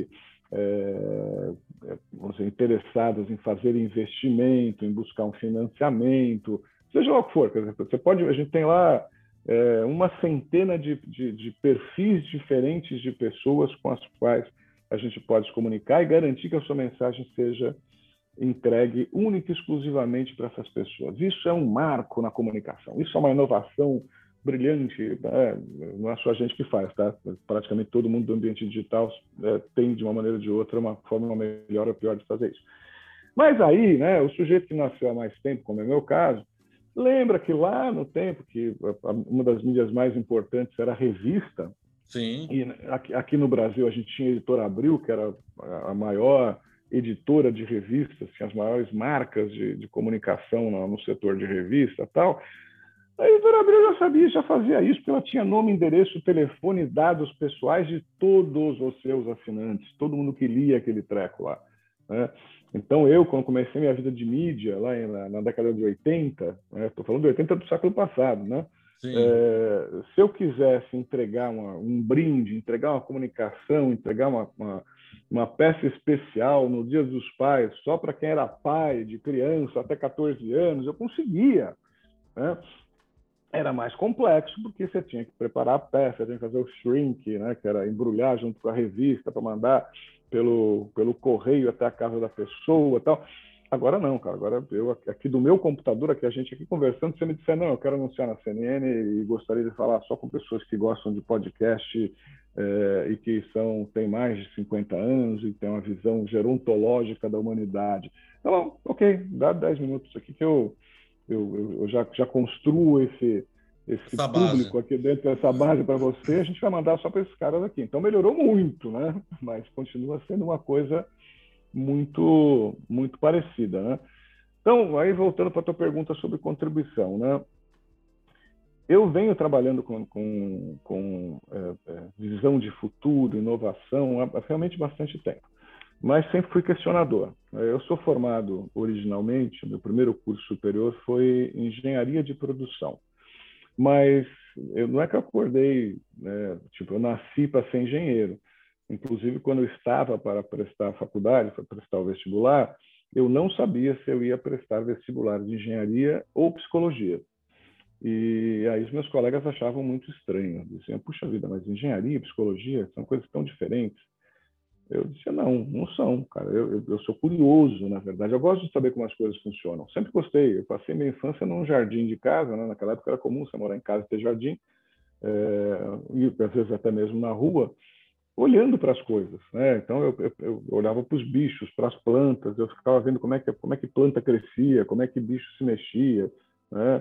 é, vamos dizer, interessadas em fazer investimento, em buscar um financiamento, seja lá o que for. Quer dizer, você pode, a gente tem lá é, uma centena de, de, de perfis diferentes de pessoas com as quais a gente pode se comunicar e garantir que a sua mensagem seja entregue única e exclusivamente para essas pessoas. Isso é um marco na comunicação, isso é uma inovação brilhante, é, não é só a gente que faz, tá? Praticamente todo mundo do ambiente digital é, tem, de uma maneira ou de outra, uma forma melhor ou pior de fazer isso. Mas aí, né, o sujeito que nasceu há mais tempo, como é o meu caso, lembra que lá no tempo que uma das mídias mais importantes era a revista.
Sim.
E aqui, aqui no Brasil a gente tinha a Editora Abril, que era a maior editora de revistas, tinha as maiores marcas de, de comunicação no, no setor de revista e tal. A Editora Abril já sabia, já fazia isso, porque ela tinha nome, endereço, telefone, dados pessoais de todos os seus assinantes, todo mundo que lia aquele treco lá, né? Então, eu, quando comecei minha vida de mídia, lá na, na década de oitenta, estou né, falando de oitenta do século passado, né? É, se eu quisesse entregar uma, um brinde, entregar uma comunicação, entregar uma, uma, uma peça especial no Dia dos Pais, só para quem era pai de criança até quatorze anos, eu conseguia, né? Era mais complexo, porque você tinha que preparar a peça, tinha que fazer o shrink, né? Que era embrulhar junto com a revista para mandar pelo, pelo correio até a casa da pessoa e tal. Agora não, cara. Agora eu aqui do meu computador, aqui a gente aqui conversando, você me disser, não, eu quero anunciar na C N N e gostaria de falar só com pessoas que gostam de podcast eh, e que são, têm mais de cinquenta anos e têm uma visão gerontológica da humanidade. Então, ok, dá dez minutos aqui que eu, eu, eu já, já construo esse, esse público base. Aqui dentro, essa base para você, a gente vai mandar só para esses caras aqui. Então melhorou muito, né? Mas continua sendo uma coisa muito, muito parecida, né? Então, aí voltando para a tua pergunta sobre contribuição, né? Eu venho trabalhando com, com, com é, é, visão de futuro, inovação, há realmente bastante tempo, mas sempre fui questionador. Eu sou formado originalmente, meu primeiro curso superior foi engenharia de produção, mas eu, não é que eu acordei, né? Tipo, eu nasci para ser engenheiro. Inclusive, quando eu estava para prestar a faculdade, para prestar o vestibular, eu não sabia se eu ia prestar vestibular de engenharia ou psicologia. E aí os meus colegas achavam muito estranho. Diziam, puxa vida, mas engenharia e psicologia são coisas tão diferentes. Eu dizia, não, não são, cara. Eu, eu, eu sou curioso, na verdade. Eu gosto de saber como as coisas funcionam. Sempre gostei. Eu passei minha infância num jardim de casa, né? Naquela época era comum você morar em casa e ter jardim. É, e às vezes até mesmo na rua, olhando para as coisas, né? Então eu, eu, eu olhava para os bichos, para as plantas, eu ficava vendo como é que como é que planta crescia, como é que bicho se mexia, né?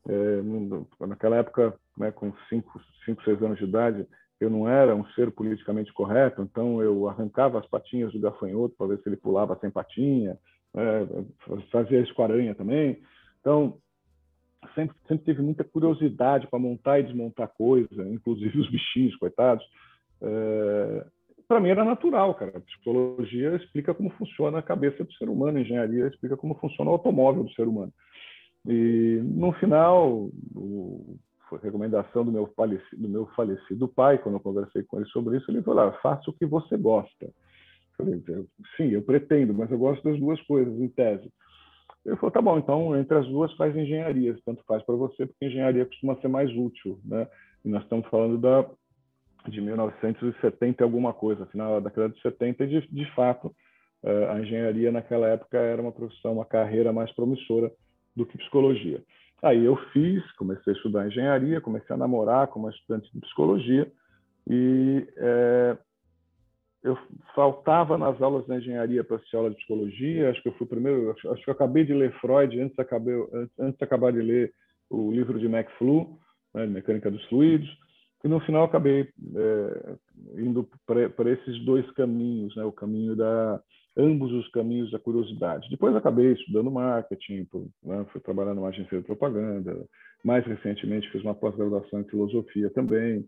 É, naquela época, né, com cinco, cinco, seis anos de idade, eu não era um ser politicamente correto, então eu arrancava as patinhas do gafanhoto para ver se ele pulava sem patinha, né? Fazia isso com a aranha também. Então sempre sempre tive muita curiosidade para montar e desmontar coisa, inclusive os bichinhos, coitados. É, para mim era natural, cara. A psicologia explica como funciona a cabeça do ser humano, a engenharia explica como funciona o automóvel do ser humano. E no final, o, foi recomendação do meu falecido, do meu falecido pai, quando eu conversei com ele sobre isso, ele falou: ah, faça o que você gosta. Eu falei, sim, eu pretendo, mas eu gosto das duas coisas, em tese. Ele falou, tá bom, então entre as duas faz engenharia, tanto faz para você, porque engenharia costuma ser mais útil, né? E nós estamos falando da de mil novecentos e setenta alguma coisa, final da década de setenta, e de, de fato a engenharia naquela época era uma profissão, uma carreira mais promissora do que psicologia. Aí eu fiz, comecei a estudar engenharia, comecei a namorar com uma estudante de psicologia e é, eu faltava nas aulas da engenharia para assistir aula de psicologia. Acho que eu fui primeiro, acho, acho que eu acabei de ler Freud antes de, acabei, antes, antes de acabar de ler o livro de McFlu, né, de Mecânica dos Fluidos. E no final acabei é, indo para esses dois caminhos, né? O caminho da ambos os caminhos da curiosidade. Depois acabei estudando marketing, né? Fui trabalhar numa agência de propaganda. Mais recentemente fiz uma pós-graduação em filosofia também.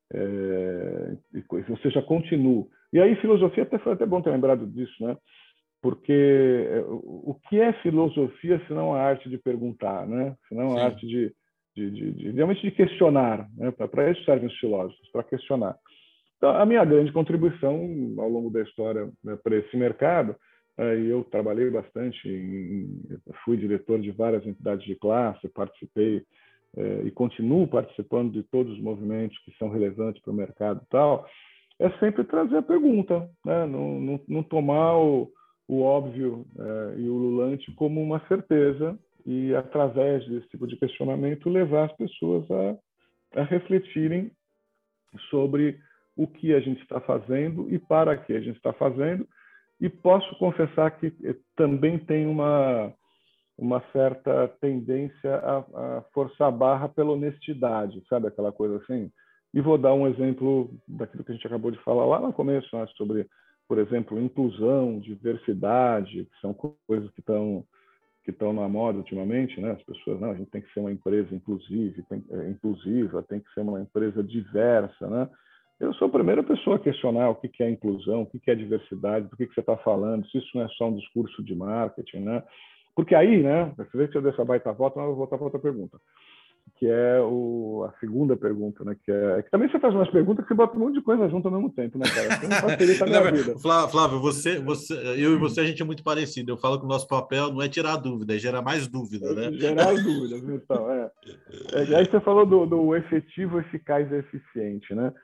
É, e, ou seja, continuo. E aí filosofia até foi até bom ter lembrado disso, né? Porque o que é filosofia se não a arte de perguntar, né? Se não a arte de De, de, de, realmente de questionar, né? Para isso servem os filósofos, para questionar. Então, a minha grande contribuição ao longo da história, né, para esse mercado, é, eu trabalhei bastante, em, fui diretor de várias entidades de classe, participei é, e continuo participando de todos os movimentos que são relevantes para o mercado e tal, é sempre trazer a pergunta, né? não, não, não tomar o, o óbvio é, e o ululante como uma certeza e, através desse tipo de questionamento, levar as pessoas a, a refletirem sobre o que a gente está fazendo e para que a gente está fazendo. E posso confessar que também tem uma, uma certa tendência a, a forçar a barra pela honestidade, sabe aquela coisa assim? E vou dar um exemplo daquilo que a gente acabou de falar lá no começo, né, sobre, por exemplo, inclusão, diversidade, que são coisas que estão que estão na moda ultimamente, né? As pessoas, não, a gente tem que ser uma empresa inclusiva, tem, é, inclusiva, tem que ser uma empresa diversa, né? Eu sou a primeira pessoa a questionar o que é inclusão, o que é diversidade, do que você está falando, se isso não é só um discurso de marketing, né? Porque aí, né? Você vê que eu dei essa baita volta, mas eu vou voltar para outra pergunta, que é o, a segunda pergunta, né? Que é, é que também você faz umas perguntas que você bota um monte de coisa junto ao mesmo tempo, né, cara? Você não facilita a minha vida.
Flávio, você, você, eu e você, a gente é muito parecido. Eu falo que o nosso papel não é tirar dúvida, é gerar mais dúvida, né?
Gerar dúvidas, então, é. é. Aí você falou do, do efetivo, eficaz e eficiente, né?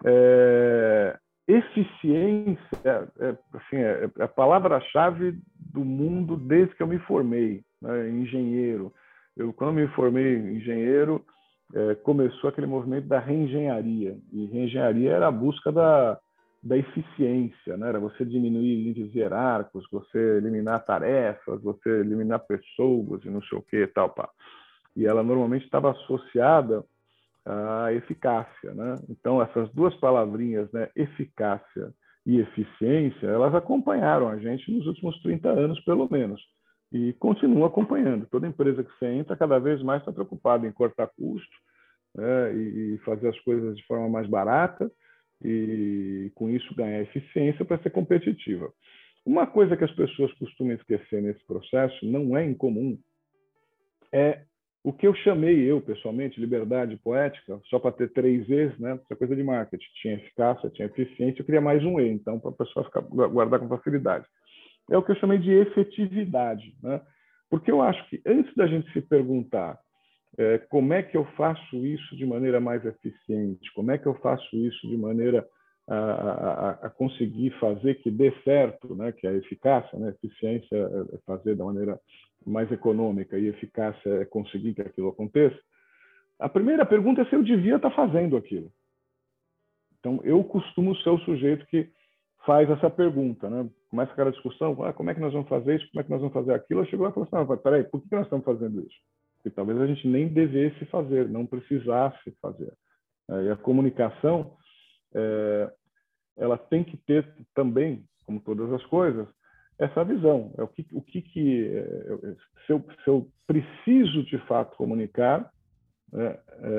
É, eficiência é, assim, é, é a palavra-chave do mundo desde que eu me formei, né, engenheiro. Eu, quando me formei engenheiro, é, começou aquele movimento da reengenharia. E reengenharia era a busca da, da eficiência, né? Era você diminuir índices hierárquicos, você eliminar tarefas, você eliminar pessoas e não sei o que, tal, pá. E ela normalmente estava associada à eficácia, né? Então, essas duas palavrinhas, né, eficácia e eficiência, elas acompanharam a gente nos últimos trinta anos, pelo menos. E continuam acompanhando. Toda empresa que você entra, cada vez mais está preocupada em cortar custo, né, e fazer as coisas de forma mais barata e, com isso, ganhar eficiência para ser competitiva. Uma coisa que as pessoas costumam esquecer nesse processo, não é incomum, é o que eu chamei, eu, pessoalmente, liberdade poética, só para ter três E's, né? Essa coisa de marketing. Tinha eficácia, tinha eficiência, eu queria mais um E, então, para a pessoa ficar, guardar com facilidade. É o que eu chamei de efetividade, né? Porque eu acho que, antes da gente se perguntar é, como é que eu faço isso de maneira mais eficiente, como é que eu faço isso de maneira a, a, a conseguir fazer que dê certo, né? Que é a eficácia, né? Eficiência é fazer da maneira mais econômica e eficácia é conseguir que aquilo aconteça. A primeira pergunta é se eu devia estar fazendo aquilo. Então, eu costumo ser o sujeito que faz essa pergunta, né? Começa aquela discussão, ah, como é que nós vamos fazer isso, como é que nós vamos fazer aquilo? Eu chego lá e falo assim, ah, peraí, por que nós estamos fazendo isso? Porque talvez a gente nem devesse fazer, não precisasse fazer. E a comunicação, é, ela tem que ter também, como todas as coisas, essa visão. É o que, o que, que se, eu, se eu preciso de fato comunicar, né,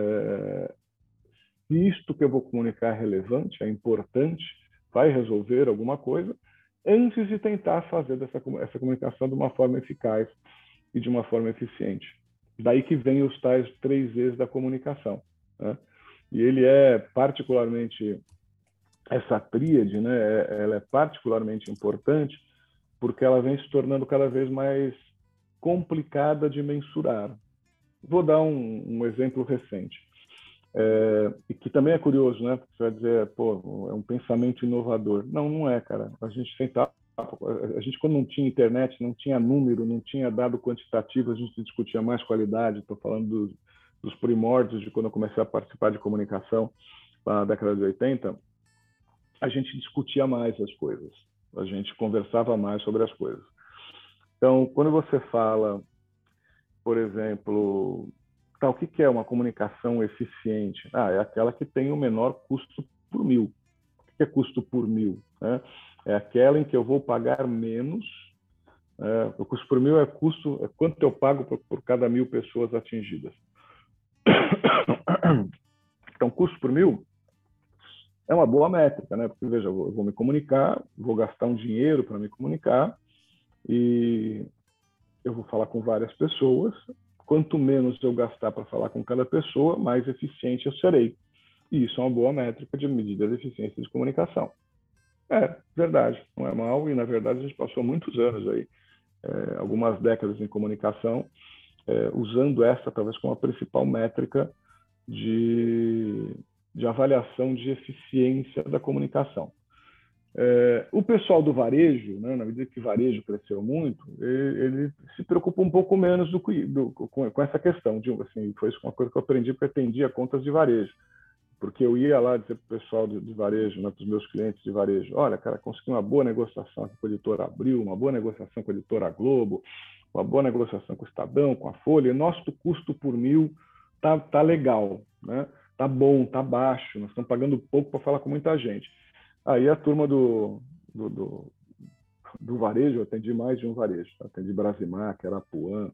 é, se isto que eu vou comunicar é relevante, é importante, vai resolver alguma coisa, antes de tentar fazer dessa, essa comunicação de uma forma eficaz e de uma forma eficiente. Daí que vem os tais três E's da comunicação, né? E ele é particularmente, essa tríade, né, ela é particularmente importante porque ela vem se tornando cada vez mais complicada de mensurar. Vou dar um, um exemplo recente, é, e que também é curioso, né? Porque você vai dizer, pô, é um pensamento inovador. Não, não é, cara. A gente tentava, a gente quando não tinha internet, não tinha número, não tinha dado quantitativo, a gente discutia mais qualidade. Estou falando dos, dos primórdios de quando eu comecei a participar de comunicação na década de oitenta, a gente discutia mais as coisas, a gente conversava mais sobre as coisas. Então, quando você fala, por exemplo, tá, o que é uma comunicação eficiente? Ah, é aquela que tem o menor custo por mil. O que é custo por mil? Né? É aquela em que eu vou pagar menos. É, o custo por mil é custo, é quanto eu pago por, por cada mil pessoas atingidas. Então, custo por mil é uma boa métrica, né? Porque, veja, eu vou, eu vou me comunicar, vou gastar um dinheiro para me comunicar e eu vou falar com várias pessoas. Quanto menos eu gastar para falar com cada pessoa, mais eficiente eu serei. E isso é uma boa métrica de medida de eficiência de comunicação. É, verdade, não é mal, e na verdade a gente passou muitos anos aí, é, algumas décadas em comunicação, é, usando essa talvez como a principal métrica de, de avaliação de eficiência da comunicação. É, o pessoal do varejo, né, na medida que o varejo cresceu muito, ele, ele se preocupa um pouco menos do, do, com, com essa questão. De, assim, foi isso uma coisa que eu aprendi porque eu atendia contas de varejo. Porque eu ia lá dizer para o pessoal de, de varejo, né, para os meus clientes de varejo, olha, cara, consegui uma boa negociação com a editora Abril, uma boa negociação com a editora Globo, uma boa negociação com o Estadão, com a Folha, e nosso custo por mil tá, tá legal, né? Tá bom, tá baixo, nós estamos pagando pouco para falar com muita gente. Aí a turma do, do, do, do varejo, eu atendi mais de um varejo, atendi Brasimar, que era Apuã,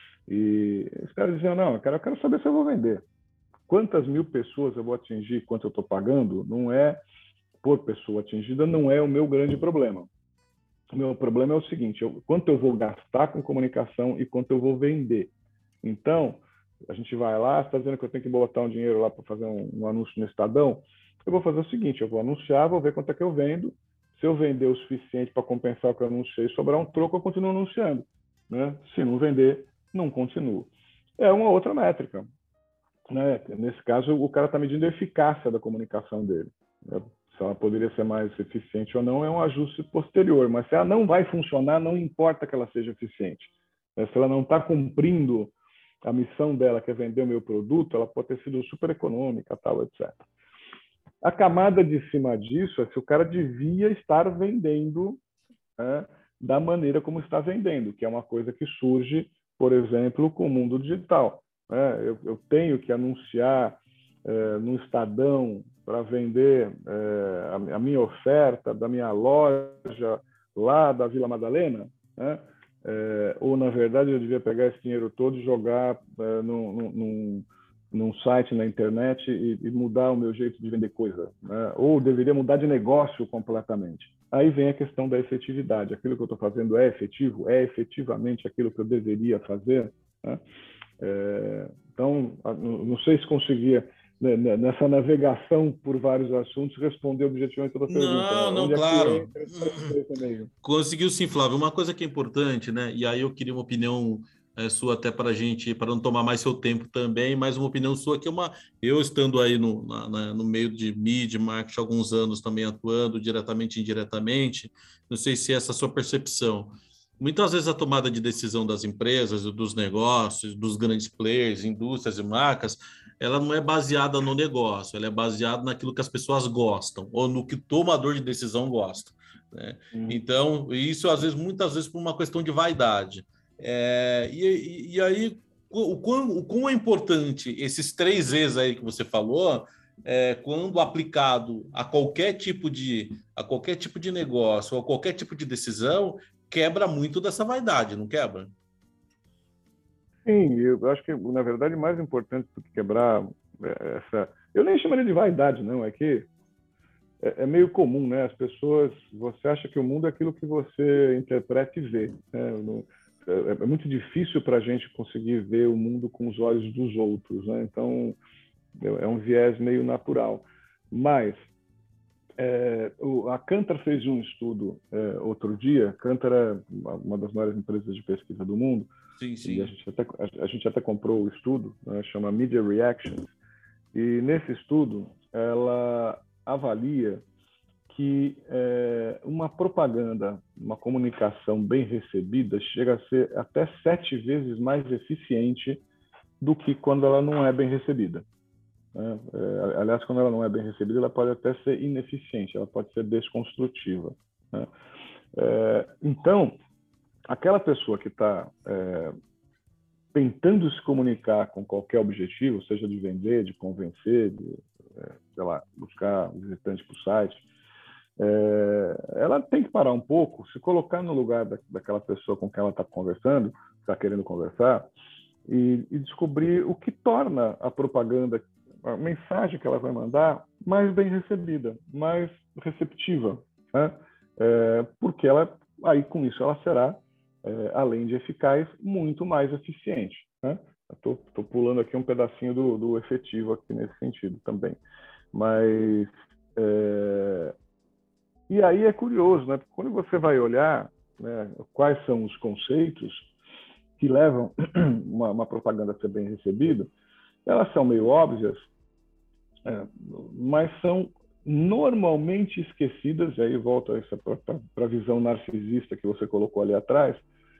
e os caras diziam, não, cara, eu quero saber se eu vou vender. Quantas mil pessoas eu vou atingir, quanto eu estou pagando, não é, por pessoa atingida, não é o meu grande problema. O meu problema é o seguinte, eu, quanto eu vou gastar com comunicação e quanto eu vou vender. Então, a gente vai lá, você está dizendo que eu tenho que botar um dinheiro lá para fazer um, um anúncio no Estadão, eu vou fazer o seguinte, eu vou anunciar, vou ver quanto é que eu vendo, se eu vender o suficiente para compensar o que eu anunciei e sobrar um troco, eu continuo anunciando. Né? Se não vender, não continuo. É uma outra métrica. Né? Nesse caso, o cara está medindo a eficácia da comunicação dele. Né? Se ela poderia ser mais eficiente ou não, é um ajuste posterior. Mas se ela não vai funcionar, não importa que ela seja eficiente. Se ela não está cumprindo a missão dela, que é vender o meu produto, ela pode ter sido super econômica, tal, etcétera. A camada de cima disso é se o cara devia estar vendendo, né, da maneira como está vendendo, que é uma coisa que surge, por exemplo, com o mundo digital. É, eu, eu tenho que anunciar é, no Estadão para vender é, a, a minha oferta da minha loja lá da Vila Madalena, né? É, ou, na verdade, eu devia pegar esse dinheiro todo e jogar é, num, num, num site na internet e, e mudar o meu jeito de vender coisa, né? Ou deveria mudar de negócio completamente. Aí vem a questão da efetividade. Aquilo que eu estou fazendo é efetivo? É efetivamente aquilo que eu deveria fazer? Né? É, então, não sei se conseguia, né, nessa navegação por vários assuntos, responder objetivamente a toda a pergunta.
Não,
Né?
não,
Onde é que
claro.
entra esse meio?
Conseguiu sim, Flávio. Uma coisa que é importante, né? E aí eu queria uma opinião é, sua até para a gente, para não tomar mais seu tempo também, mas uma opinião sua que é uma. Eu estando aí no, na, na, no meio de mídia, marketing há alguns anos também atuando diretamente e indiretamente, não sei se é essa a sua percepção. Muitas vezes a tomada de decisão das empresas, dos negócios, dos grandes players, indústrias e marcas, ela não é baseada no negócio, ela é baseada naquilo que as pessoas gostam ou no que o tomador de decisão gosta. Né?
Uhum.
Então, isso às vezes, muitas vezes, por uma questão de vaidade. É, e, e aí, o quão, o quão é importante esses três E's aí que você falou, é, quando aplicado a qualquer tipo de a qualquer tipo de negócio ou a qualquer tipo de decisão, quebra muito dessa vaidade, não quebra?
Sim, eu acho que, na verdade, mais importante do que quebrar essa... Eu nem chamaria de vaidade, não, é que é, é meio comum, né? As pessoas, você acha que o mundo é aquilo que você interpreta e vê. Né? Não, é, é muito difícil para a gente conseguir ver o mundo com os olhos dos outros, né? Então, é um viés meio natural. Mas é, o, a Kantar fez um estudo é, outro dia. Kantar é uma das maiores empresas de pesquisa do mundo,
Sim,
e a
sim.
gente até, a, a gente até comprou o estudo, né? Chama Media Reactions. E nesse estudo, ela avalia que é, uma propaganda, uma comunicação bem recebida chega a ser até sete vezes mais eficiente do que quando ela não é bem recebida. Né? É, aliás, quando ela não é bem recebida, ela pode até ser ineficiente, ela pode ser desconstrutiva. Né? É, então, aquela pessoa que está é, tentando se comunicar com qualquer objetivo, seja de vender, de convencer, de, é, sei lá, buscar visitante para o site, é, ela tem que parar um pouco, se colocar no lugar da, daquela pessoa com quem ela está conversando, está querendo conversar, e, e descobrir o que torna a propaganda, a mensagem que ela vai mandar, mais bem recebida, mais receptiva, né? É, porque ela, aí com isso ela será, é, além de eficaz, muito mais eficiente. Né? Estou pulando aqui um pedacinho do, do efetivo aqui nesse sentido também. Mas é... e aí é curioso, né? Porque quando você vai olhar, né, quais são os conceitos que levam uma, uma propaganda a ser bem recebida, elas são meio óbvias, é, mas são normalmente esquecidas, e aí volta para a visão narcisista que você colocou ali atrás,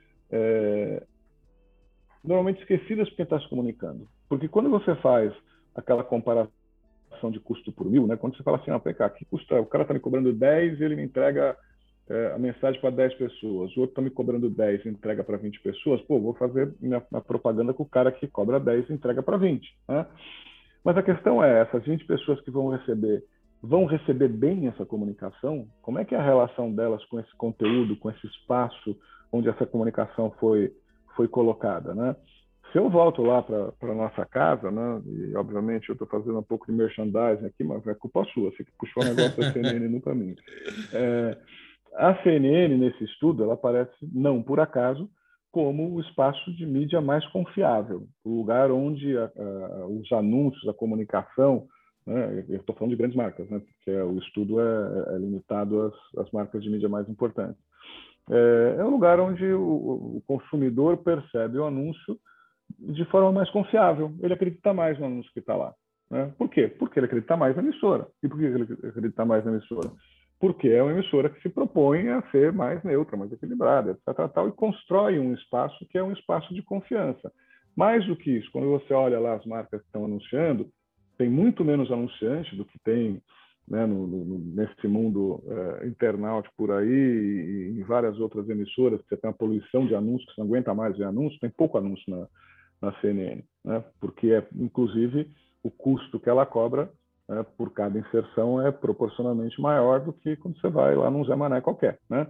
é, normalmente esquecidas por quem está se comunicando. Porque quando você faz aquela comparação de custo por mil, né, quando você fala assim, ah, cá, que custa, o cara está me cobrando dez e ele me entrega é, a mensagem para dez pessoas, o outro está me cobrando dez e entrega para vinte pessoas, pô, vou fazer minha, minha propaganda com o cara que cobra dez e entrega para vinte. Né? Mas a questão é, essas vinte pessoas que vão receber, vão receber bem essa comunicação? Como é que é a relação delas com esse conteúdo, com esse espaço onde essa comunicação foi, foi colocada, né? Se eu volto lá para a nossa casa, né, e obviamente eu estou fazendo um pouco de merchandising aqui, mas é culpa sua, você que puxou o negócio da C N N no caminho. É, a C N N, nesse estudo, ela aparece, não por acaso, como o espaço de mídia mais confiável, o lugar onde a, a, os anúncios, a comunicação, né, eu estou falando de grandes marcas, né, porque o estudo é, é limitado às, às marcas de mídia mais importantes. É, é um lugar onde o, o consumidor percebe o anúncio de forma mais confiável, ele acredita mais no anúncio que está lá. Né? Por quê? Porque ele acredita mais na emissora. E por que ele acredita mais na emissora? Porque é uma emissora que se propõe a ser mais neutra, mais equilibrada, etcétera, tal, e constrói um espaço que é um espaço de confiança. Mais do que isso, quando você olha lá as marcas que estão anunciando, tem muito menos anunciante do que tem, né, no, no, nesse mundo é, internauta por aí e em várias outras emissoras, você tem uma poluição de anúncios, você não aguenta mais ver anúncios, tem pouco anúncio na, na C N N, né? Porque, é, inclusive, o custo que ela cobra, né, por cada inserção é proporcionalmente maior do que quando você vai lá num Zé Mané qualquer. Né?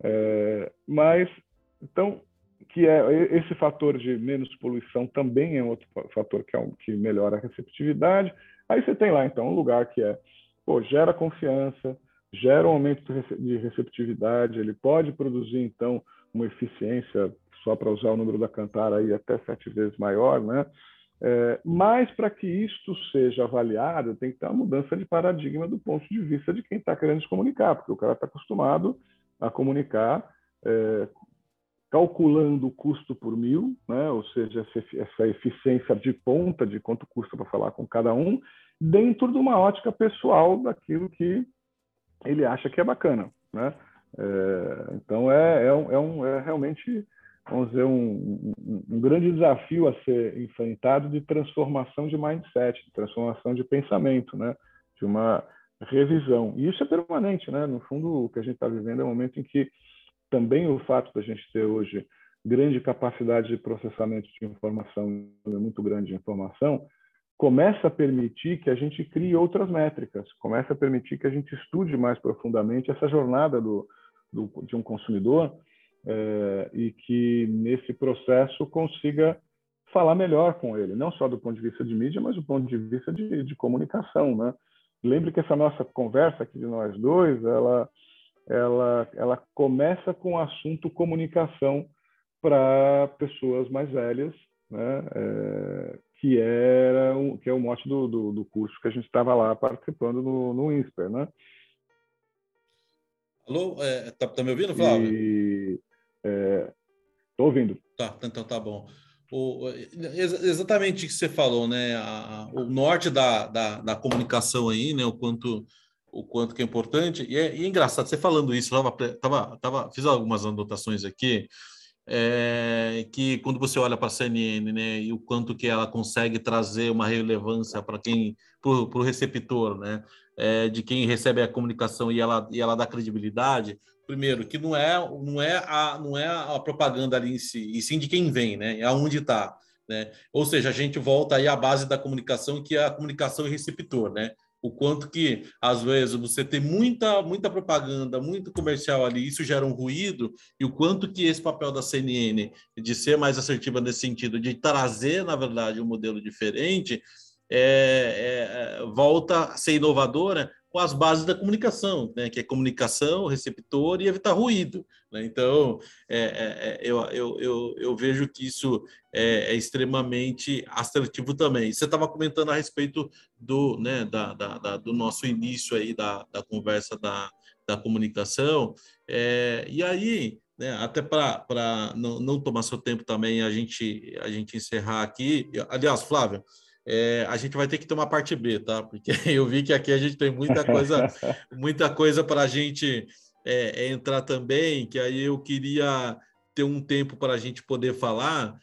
É, mas, então, que é, esse fator de menos poluição também é outro fator que, é um, que melhora a receptividade. Aí você tem lá, então, um lugar que é, pô, gera confiança, gera um aumento de receptividade, ele pode produzir, então, uma eficiência, só para usar o número da Kantar aí, até sete vezes maior, né? É, mas para que isto seja avaliado, tem que ter uma mudança de paradigma do ponto de vista de quem está querendo se comunicar, porque o cara está acostumado a comunicar é, calculando o custo por mil, né? Ou seja, essa eficiência de ponta de quanto custa para falar com cada um, dentro de uma ótica pessoal daquilo que ele acha que é bacana. Né? É, então, é, é, um, é, um, é realmente... vamos dizer, um, um, um grande desafio a ser enfrentado de transformação de mindset, de transformação de pensamento, né? De uma revisão. E isso é permanente, né? No fundo, o que a gente está vivendo é um momento em que também o fato da gente ter hoje grande capacidade de processamento de informação, muito grande de informação, começa a permitir que a gente crie outras métricas, começa a permitir que a gente estude mais profundamente essa jornada do, do, de um consumidor, É, e que nesse processo consiga falar melhor com ele, não só do ponto de vista de mídia, mas do ponto de vista de, de comunicação, né? Lembre que essa nossa conversa aqui de nós dois, ela, ela, ela começa com o assunto comunicação para pessoas mais velhas, né? É, que era um, que é o mote do, do, do curso que a gente estava lá participando no, no INSPER, né?
Alô, é, tá, tá me ouvindo, Flávio?
E estou é, ouvindo.
Tá, então tá bom. O, ex exatamente o que você falou, né? A, o norte da, da, da comunicação aí, né? O quanto, o quanto que é importante. E é, e é engraçado, você falando isso, tava, tava, tava, fiz algumas anotações aqui, é, que quando você olha para a C N N, né? E o quanto que ela consegue trazer uma relevância para quem, para o receptor, né? É, de quem recebe a comunicação e ela, e ela dá credibilidade. Primeiro, que não é, não é, a, não é a propaganda ali em si, e sim de quem vem, né? É aonde está, né? Ou seja, a gente volta aí à base da comunicação, que é a comunicação e receptor, né? O quanto que, às vezes, você tem muita, muita propaganda, muito comercial ali, isso gera um ruído, e o quanto que esse papel da C N N de ser mais assertiva nesse sentido, de trazer, na verdade, um modelo diferente, É, é, volta a ser inovadora com as bases da comunicação, né? Que é comunicação, receptor e evitar ruído, né? Então, é, é, eu, eu, eu, eu vejo que isso é, é extremamente assertivo também. Você estava comentando a respeito do, né, da, da, da, do nosso início aí da, da conversa da, da comunicação, é, e aí, né, até para não, não tomar seu tempo também, a gente, a gente encerrar aqui. Aliás, Flávio, é, a gente vai ter que ter uma parte B, tá? Porque eu vi que aqui a gente tem muita coisa, muita coisa para a gente é, é, entrar também, que aí eu queria ter um tempo para a gente poder falar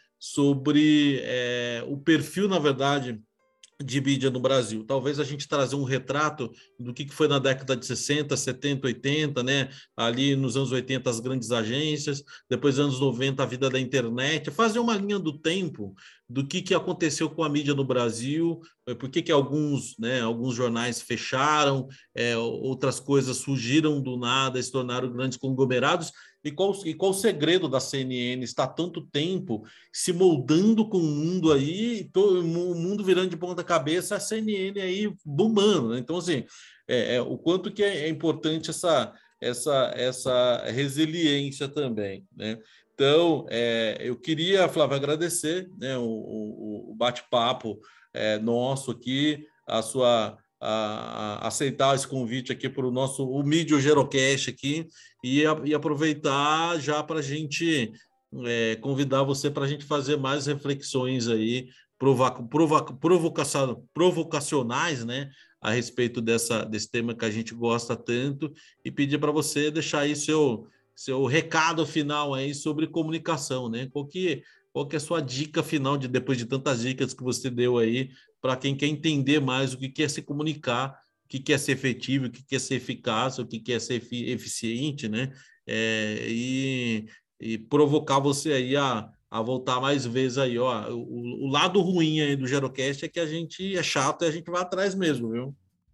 sobre é, o perfil, na verdade, de mídia no Brasil. Talvez a gente trazer um retrato do que foi na década de sessenta, setenta, oitenta, né? Ali nos anos oitenta, as grandes agências, depois anos noventa, a vida da internet, fazer uma linha do tempo do que, que aconteceu com a mídia no Brasil, por que, que alguns, né, alguns jornais fecharam, é, outras coisas surgiram do nada e se tornaram grandes conglomerados, e qual, e qual o segredo da C N N estar tanto tempo se moldando com o mundo aí, todo, o mundo virando de ponta cabeça, a C N N aí bombando, né? Então, assim, é, é, o quanto que é, é importante essa, essa, essa resiliência também, né? Então, é, eu queria, Flávio, agradecer, né, o, o, o bate-papo é, nosso aqui, a sua a, a aceitar esse convite aqui para o nosso o Mídia Gerocast aqui e, a, e aproveitar já para a gente é, convidar você para a gente fazer mais reflexões aí provoca, provoca, provocação, provocacionais, né, a respeito dessa, desse tema que a gente gosta tanto e pedir para você deixar aí seu seu recado final aí sobre comunicação, né? Qual que, qual que é a sua dica final, de depois de tantas dicas que você deu aí, para quem quer entender mais o que quer se comunicar, o que quer ser efetivo, o que quer ser eficaz, o que quer ser eficiente, né? É, e, e provocar você aí a, a voltar mais vezes aí, ó. O, o lado ruim aí do Gerocast é que a gente é chato e a gente vai atrás mesmo, viu?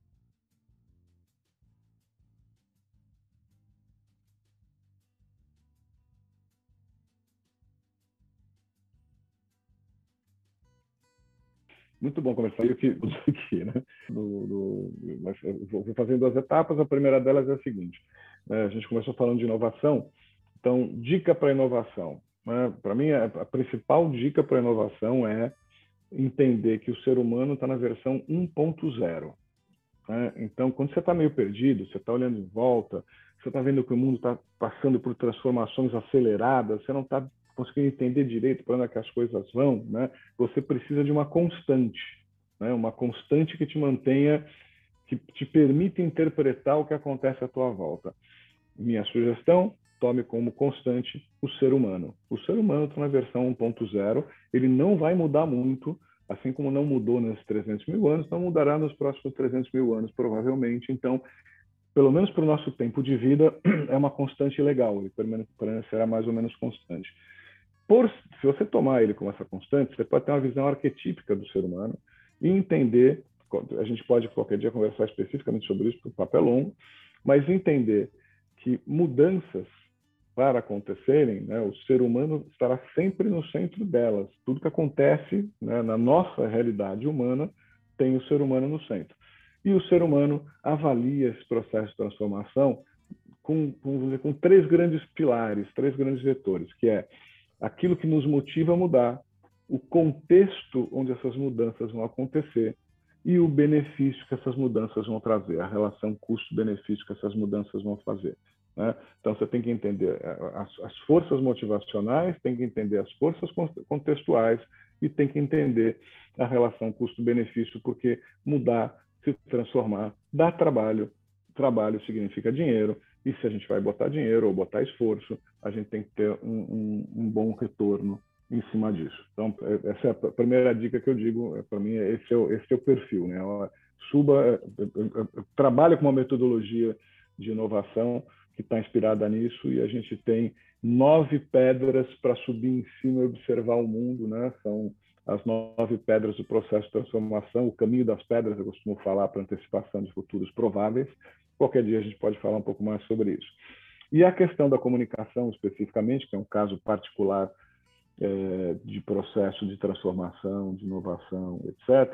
Muito bom conversar aqui, aqui né? Do, do, mas vou fazer em duas etapas. A primeira delas é a seguinte: né? A gente começou falando de inovação, então, dica para inovação. Né? Para mim, a, a principal dica para inovação é entender que o ser humano está na versão um ponto zero. Né? Então, quando você está meio perdido, você está olhando em volta, você está vendo que o mundo está passando por transformações aceleradas, você não está conseguindo entender direito para onde é que as coisas vão, né? Você precisa de uma constante, né? Uma constante que te mantenha, que te permita interpretar o que acontece à tua volta. Minha sugestão: tome como constante o ser humano. O ser humano está na versão um ponto zero, ele não vai mudar muito, assim como não mudou nesses trezentos mil anos, não mudará nos próximos trezentos mil anos, provavelmente. Então, pelo menos para o nosso tempo de vida, é uma constante legal, ele permanecerá mais ou menos constante. Por, se você tomar ele como essa constante, você pode ter uma visão arquetípica do ser humano e entender, a gente pode qualquer dia conversar especificamente sobre isso, porque o papo é longo, mas entender que mudanças, para acontecerem, né, o ser humano estará sempre no centro delas. Tudo que acontece, né, na nossa realidade humana tem o ser humano no centro. E o ser humano avalia esse processo de transformação com, com, com três grandes pilares, três grandes vetores, que é aquilo que nos motiva a mudar, o contexto onde essas mudanças vão acontecer e o benefício que essas mudanças vão trazer, a relação custo-benefício que essas mudanças vão fazer. Né? Então, você tem que entender as, as forças motivacionais, tem que entender as forças contextuais e tem que entender a relação custo-benefício, porque mudar, se transformar, dá trabalho. Trabalho significa dinheiro, e se a gente vai botar dinheiro ou botar esforço, a gente tem que ter um, um, um bom retorno em cima disso. Então, essa é a primeira dica que eu digo, para mim, esse é o, esse é o perfil. Né? Suba, trabalhe com uma metodologia de inovação que está inspirada nisso, e a gente tem nove pedras para subir em cima e observar o mundo, né? São as nove pedras do processo de transformação, o caminho das pedras, eu costumo falar, para antecipação de futuros prováveis. Qualquer dia a gente pode falar um pouco mais sobre isso. E a questão da comunicação, especificamente, que é um caso particular é, de processo de transformação, de inovação, etcétera,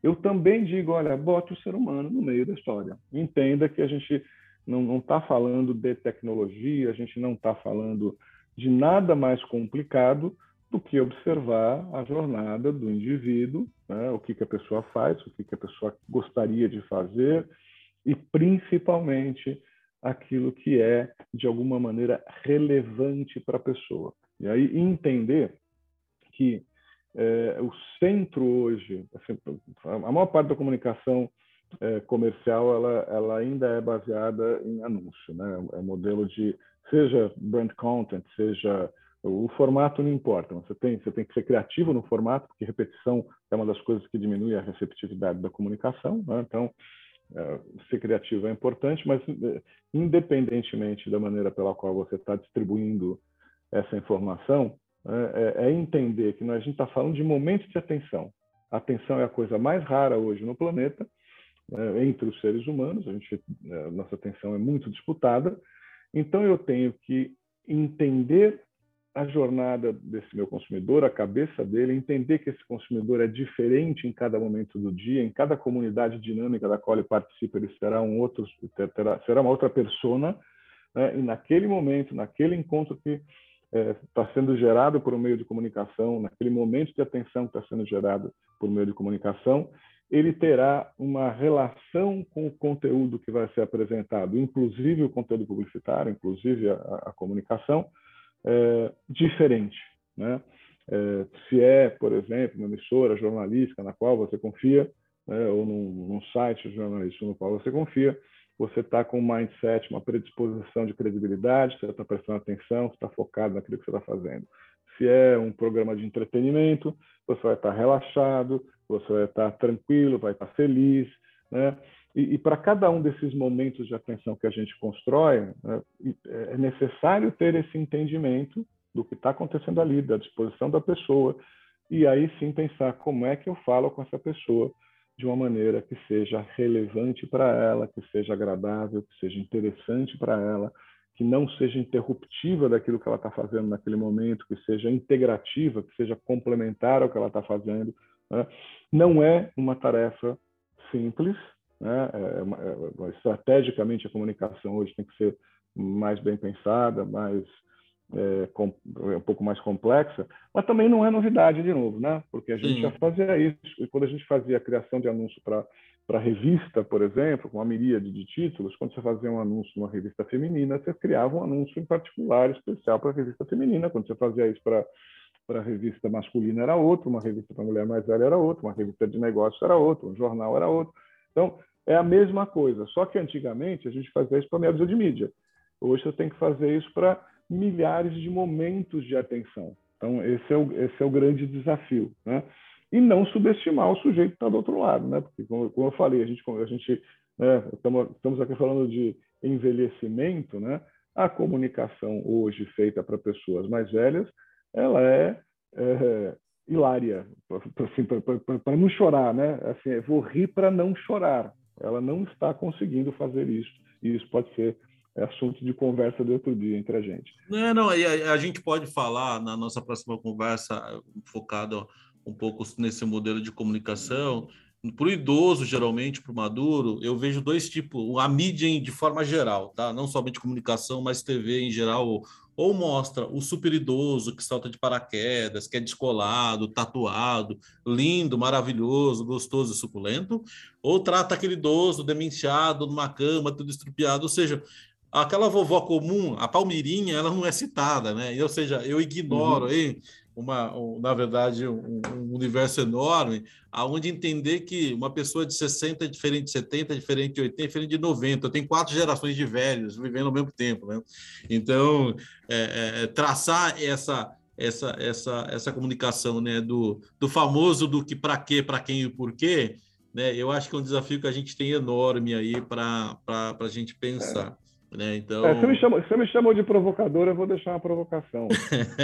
eu também digo, olha, bote o ser humano no meio da história. Entenda que a gente não está falando de tecnologia, a gente não está falando de nada mais complicado do que observar a jornada do indivíduo, né? O que, que a pessoa faz, o que, que a pessoa gostaria de fazer e, principalmente, aquilo que é, de alguma maneira, relevante para a pessoa. E aí entender que é, o centro hoje, assim, a maior parte da comunicação é, comercial, ela, ela ainda é baseada em anúncio, né? É um modelo de, seja brand content, seja o formato não importa, você tem, você tem que ser criativo no formato, porque repetição é uma das coisas que diminui a receptividade da comunicação, né? Então, é, ser criativo é importante, mas independentemente da maneira pela qual você está distribuindo essa informação, é, é entender que a gente está falando de momentos de atenção. A atenção é a coisa mais rara hoje no planeta, né, entre os seres humanos, a gente, a nossa atenção é muito disputada, então eu tenho que entender a jornada desse meu consumidor, a cabeça dele, entender que esse consumidor é diferente em cada momento do dia, em cada comunidade dinâmica da qual ele participa, ele será um outro, terá, será uma outra persona, né? E naquele momento, naquele encontro que está é, sendo gerado por um meio de comunicação, naquele momento de atenção que está sendo gerado por meio de comunicação, ele terá uma relação com o conteúdo que vai ser apresentado, inclusive o conteúdo publicitário, inclusive a, a comunicação, É, diferente, né? É, se é, por exemplo, uma emissora jornalística na qual você confia, né, ou num, num site jornalístico no qual você confia, você está com um mindset, uma predisposição de credibilidade, você está prestando atenção, você está focado naquilo que você está fazendo. Se é um programa de entretenimento, você vai estar relaxado, você vai estar tranquilo, vai estar feliz, né? E, e para cada um desses momentos de atenção que a gente constrói, né, é necessário ter esse entendimento do que está acontecendo ali, da disposição da pessoa, e aí sim pensar como é que eu falo com essa pessoa de uma maneira que seja relevante para ela, que seja agradável, que seja interessante para ela, que não seja interruptiva daquilo que ela está fazendo naquele momento, que seja integrativa, que seja complementar ao que ela está fazendo, né? Não é uma tarefa simples, né? É uma, é, estrategicamente, a comunicação hoje tem que ser mais bem pensada, mais é, com, um pouco mais complexa, mas também não é novidade de novo, né? Porque a gente
Sim.
já fazia isso, e quando a gente fazia a criação de anúncio para para revista, por exemplo, com uma miríade de títulos, quando você fazia um anúncio numa revista feminina, você criava um anúncio em particular, especial para a revista feminina. Quando você fazia isso para para a revista masculina era outro, uma revista para mulher mais velha era outra, uma revista de negócios era outra, um jornal era outro. Então, é a mesma coisa, só que antigamente a gente fazia isso para meios de mídia. Hoje você tem que fazer isso para milhares de momentos de atenção. Então, esse é o, esse é o grande desafio, né? E não subestimar o sujeito que está do outro lado, né? Porque, como, como eu falei, a gente, a gente né, estamos, estamos aqui falando de envelhecimento, né? A comunicação hoje feita para pessoas mais velhas, ela é, é hilária, assim, para não chorar, né? Assim, vou rir para não chorar. Ela não está conseguindo fazer isso, e isso pode ser assunto de conversa de outro dia entre a gente.
Não, não, a, a gente pode falar na nossa próxima conversa, focada um pouco nesse modelo de comunicação. Para o idoso, geralmente, para o maduro, eu vejo dois tipos, a mídia de forma geral, tá? Não somente comunicação, mas T V em geral, ou mostra o super idoso que salta de paraquedas, que é descolado, tatuado, lindo, maravilhoso, gostoso e suculento, ou trata aquele idoso demenciado numa cama, tudo estrupiado, ou seja, aquela vovó comum, a Palmirinha, ela não é citada, né? Ou seja, eu ignoro
Uhum.
aí uma, um, na verdade, um, um universo enorme, aonde entender que uma pessoa de sessenta é diferente de setenta, é diferente de oitenta, é diferente de noventa. Eu tenho quatro gerações de velhos vivendo ao mesmo tempo, né? Então, é, é, traçar essa essa essa essa comunicação, né, do, do famoso do que, para quê, para quem e por quê, né? Eu acho que é um desafio que a gente tem enorme aí para para a gente pensar. Né?
É, você, me
Então,
chamou, você me chamou de provocador, eu vou deixar uma provocação.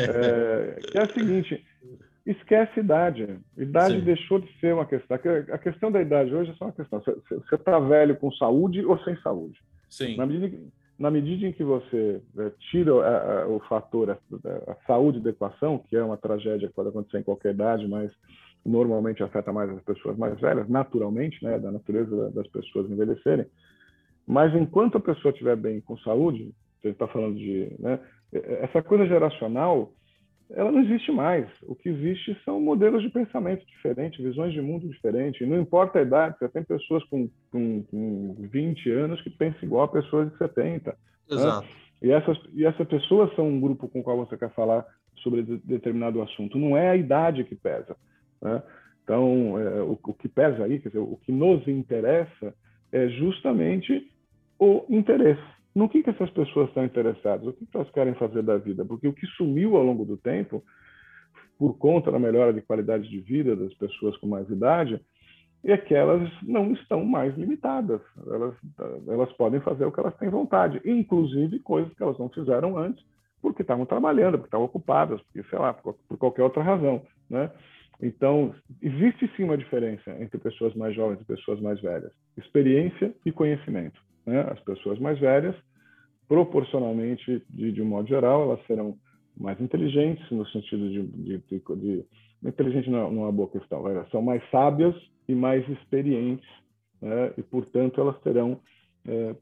É, que é a seguinte, esquece idade. Idade
sim,
deixou de ser uma questão. A questão da idade hoje é só uma questão. Você está velho com saúde ou sem saúde? Na
sim,
medida, na medida em que você é, tira a, a, o fator, a, a saúde da equação, que é uma tragédia que pode acontecer em qualquer idade, mas normalmente afeta mais as pessoas mais velhas, naturalmente, né, da natureza das pessoas envelhecerem. Mas enquanto a pessoa estiver bem com saúde, você está falando de, né, essa coisa geracional, ela não existe mais. O que existe são modelos de pensamento diferentes, visões de mundo diferentes. E não importa a idade, você tem pessoas com, com, com vinte anos que pensam igual a pessoas de setenta.
Exato.
Né? E, essas, e essas pessoas são um grupo com o qual você quer falar sobre de, determinado assunto. Não é a idade que pesa. Né? Então, é, o, o que pesa aí, quer dizer, o que nos interessa é justamente o interesse. No que, que essas pessoas estão interessadas? O que, que elas querem fazer da vida? Porque o que sumiu ao longo do tempo, por conta da melhora de qualidade de vida das pessoas com mais idade, é que elas não estão mais limitadas. Elas, elas podem fazer o que elas têm vontade, inclusive coisas que elas não fizeram antes, porque estavam trabalhando, porque estavam ocupadas, porque, sei lá, por, por qualquer outra razão. Né? Então, existe sim uma diferença entre pessoas mais jovens e pessoas mais velhas. Experiência e conhecimento. Né? As pessoas mais velhas, proporcionalmente, de, de um modo geral, elas serão mais inteligentes, no sentido de... de, de, de inteligente não é uma boa questão, elas são mais sábias e mais experientes, né? E, portanto, elas terão... É,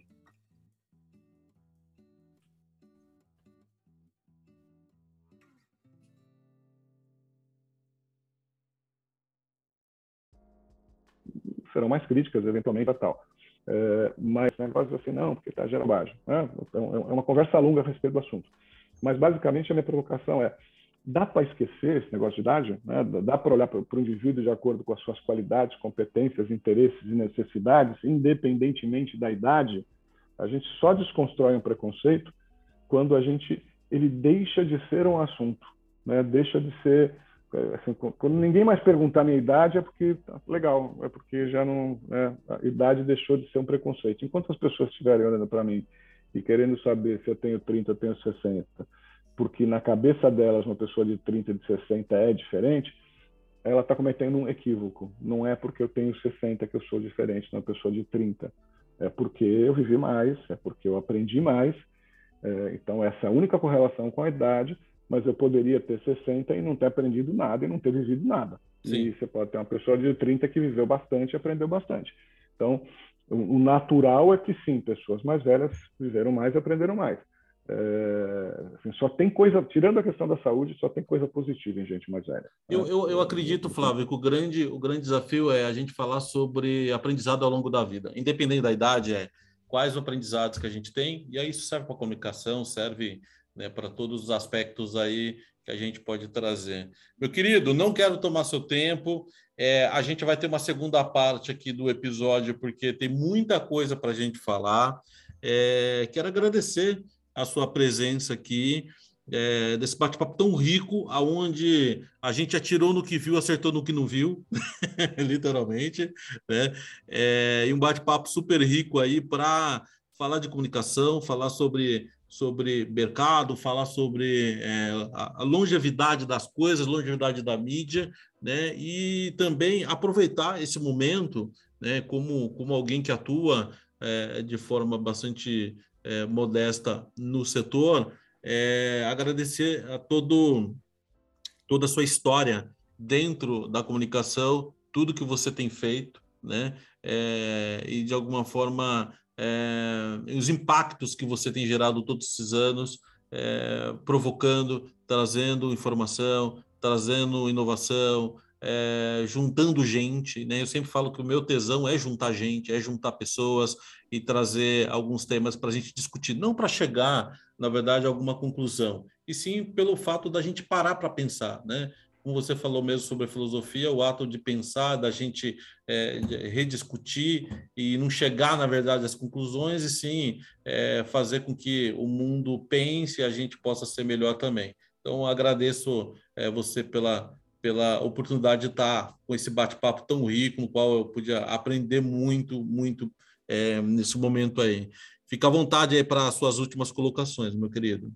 serão mais críticas, eventualmente, a tal. É, mas o negócio assim, não, porque está gerando baixo. Né? Então, é uma conversa longa a respeito do assunto. Mas, basicamente, a minha provocação é, dá para esquecer esse negócio de idade? Né? Dá para olhar para o indivíduo de acordo com as suas qualidades, competências, interesses e necessidades, independentemente da idade? A gente só desconstrói um preconceito quando a gente, ele deixa de ser um assunto, né? Deixa de ser... Assim, quando ninguém mais perguntar a minha idade, é porque, legal, é porque já não, né, a idade deixou de ser um preconceito. Enquanto as pessoas estiverem olhando para mim e querendo saber se eu tenho trinta, eu tenho sessenta, porque na cabeça delas uma pessoa de trinta e de sessenta é diferente, ela está cometendo um equívoco. Não é porque eu tenho sessenta que eu sou diferente de uma pessoa de trinta. É porque eu vivi mais, é porque eu aprendi mais. É, então, essa é a única correlação com a idade, mas eu poderia ter sessenta e não ter aprendido nada e não ter vivido nada. Sim. E você pode ter uma pessoa de trinta que viveu bastante e aprendeu bastante. Então, o natural é que sim, pessoas mais velhas viveram mais e aprenderam mais. É, assim, só tem coisa, tirando a questão da saúde, só tem coisa positiva em gente mais velha.
Eu, eu, eu acredito, Flávio, que o grande, o grande desafio é a gente falar sobre aprendizado ao longo da vida. Independente da idade, é quais os aprendizados que a gente tem, e aí isso serve para comunicação, serve, né, para todos os aspectos aí que a gente pode trazer. Meu querido, não quero tomar seu tempo, é, a gente vai ter uma segunda parte aqui do episódio, porque tem muita coisa para a gente falar. É, quero agradecer a sua presença aqui, é, desse bate-papo tão rico, aonde a gente atirou no que viu, acertou no que não viu, literalmente, né? É, e um bate-papo super rico aí para falar de comunicação, falar sobre, sobre mercado, falar sobre é, a longevidade das coisas, longevidade da mídia, né? E também aproveitar esse momento, né, como, como alguém que atua é, de forma bastante é, modesta no setor. É, agradecer a todo, toda a sua história dentro da comunicação, tudo que você tem feito, né? É, e de alguma forma é, os impactos que você tem gerado todos esses anos, é, provocando, trazendo informação, trazendo inovação, é, juntando gente, né? Eu sempre falo que o meu tesão é juntar gente, é juntar pessoas e trazer alguns temas para a gente discutir, não para chegar, na verdade, a alguma conclusão, e sim pelo fato da gente parar para pensar, né? Como você falou mesmo sobre a filosofia, o ato de pensar, da gente é, rediscutir e não chegar, na verdade, às conclusões, e sim é, fazer com que o mundo pense e a gente possa ser melhor também. Então, agradeço é, você pela, pela oportunidade de estar com esse bate-papo tão rico, no qual eu podia aprender muito, muito é, nesse momento aí. Fica à vontade aí para as suas últimas colocações, meu querido.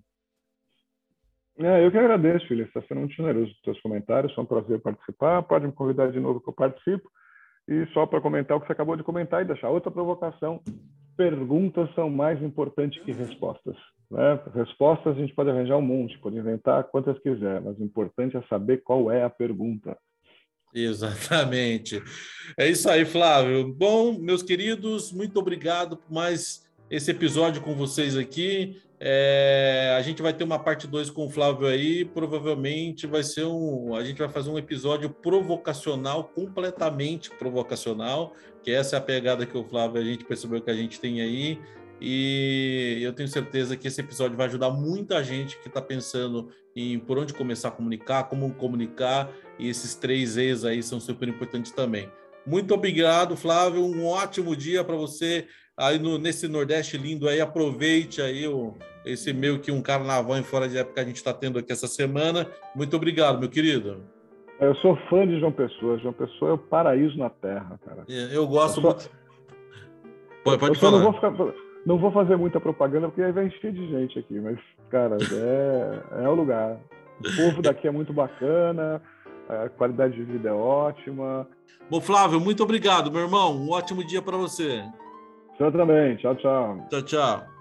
É, eu que agradeço, filho. Está sendo muito generoso os seus comentários. Foi um prazer participar. Pode me convidar de novo que eu participo. E só para comentar o que você acabou de comentar e deixar outra provocação. Perguntas são mais importantes que respostas. Né? Respostas a gente pode arranjar um monte, pode inventar quantas quiser, mas o importante é saber qual é a pergunta.
Exatamente. É isso aí, Flávio. Bom, meus queridos, muito obrigado por mais esse episódio com vocês aqui. É, a gente vai ter uma parte dois com o Flávio aí. Provavelmente vai ser um. A gente vai fazer um episódio provocacional, completamente provocacional, que essa é a pegada que o Flávio, a gente percebeu que a gente tem aí. E eu tenho certeza que esse episódio vai ajudar muita gente que está pensando em por onde começar a comunicar, como comunicar, e esses três E's aí são super importantes também. Muito obrigado, Flávio, um ótimo dia para você aí no, nesse Nordeste lindo aí, aproveite aí o, esse meio que um carnaval em fora de época que a gente está tendo aqui essa semana. Muito obrigado, meu querido.
Eu sou fã de João Pessoa, João Pessoa é o paraíso na Terra, cara.
Eu gosto eu só... muito... Pode, pode
eu só
falar.
Não vou ficar... Não vou fazer muita propaganda, porque aí vai encher de gente aqui, mas, cara, é, é o lugar. O povo daqui é muito bacana, a qualidade de vida é ótima.
Bom, Flávio, muito obrigado, meu irmão. Um ótimo dia para você.
Você também. Tchau, tchau.
Tchau, tchau.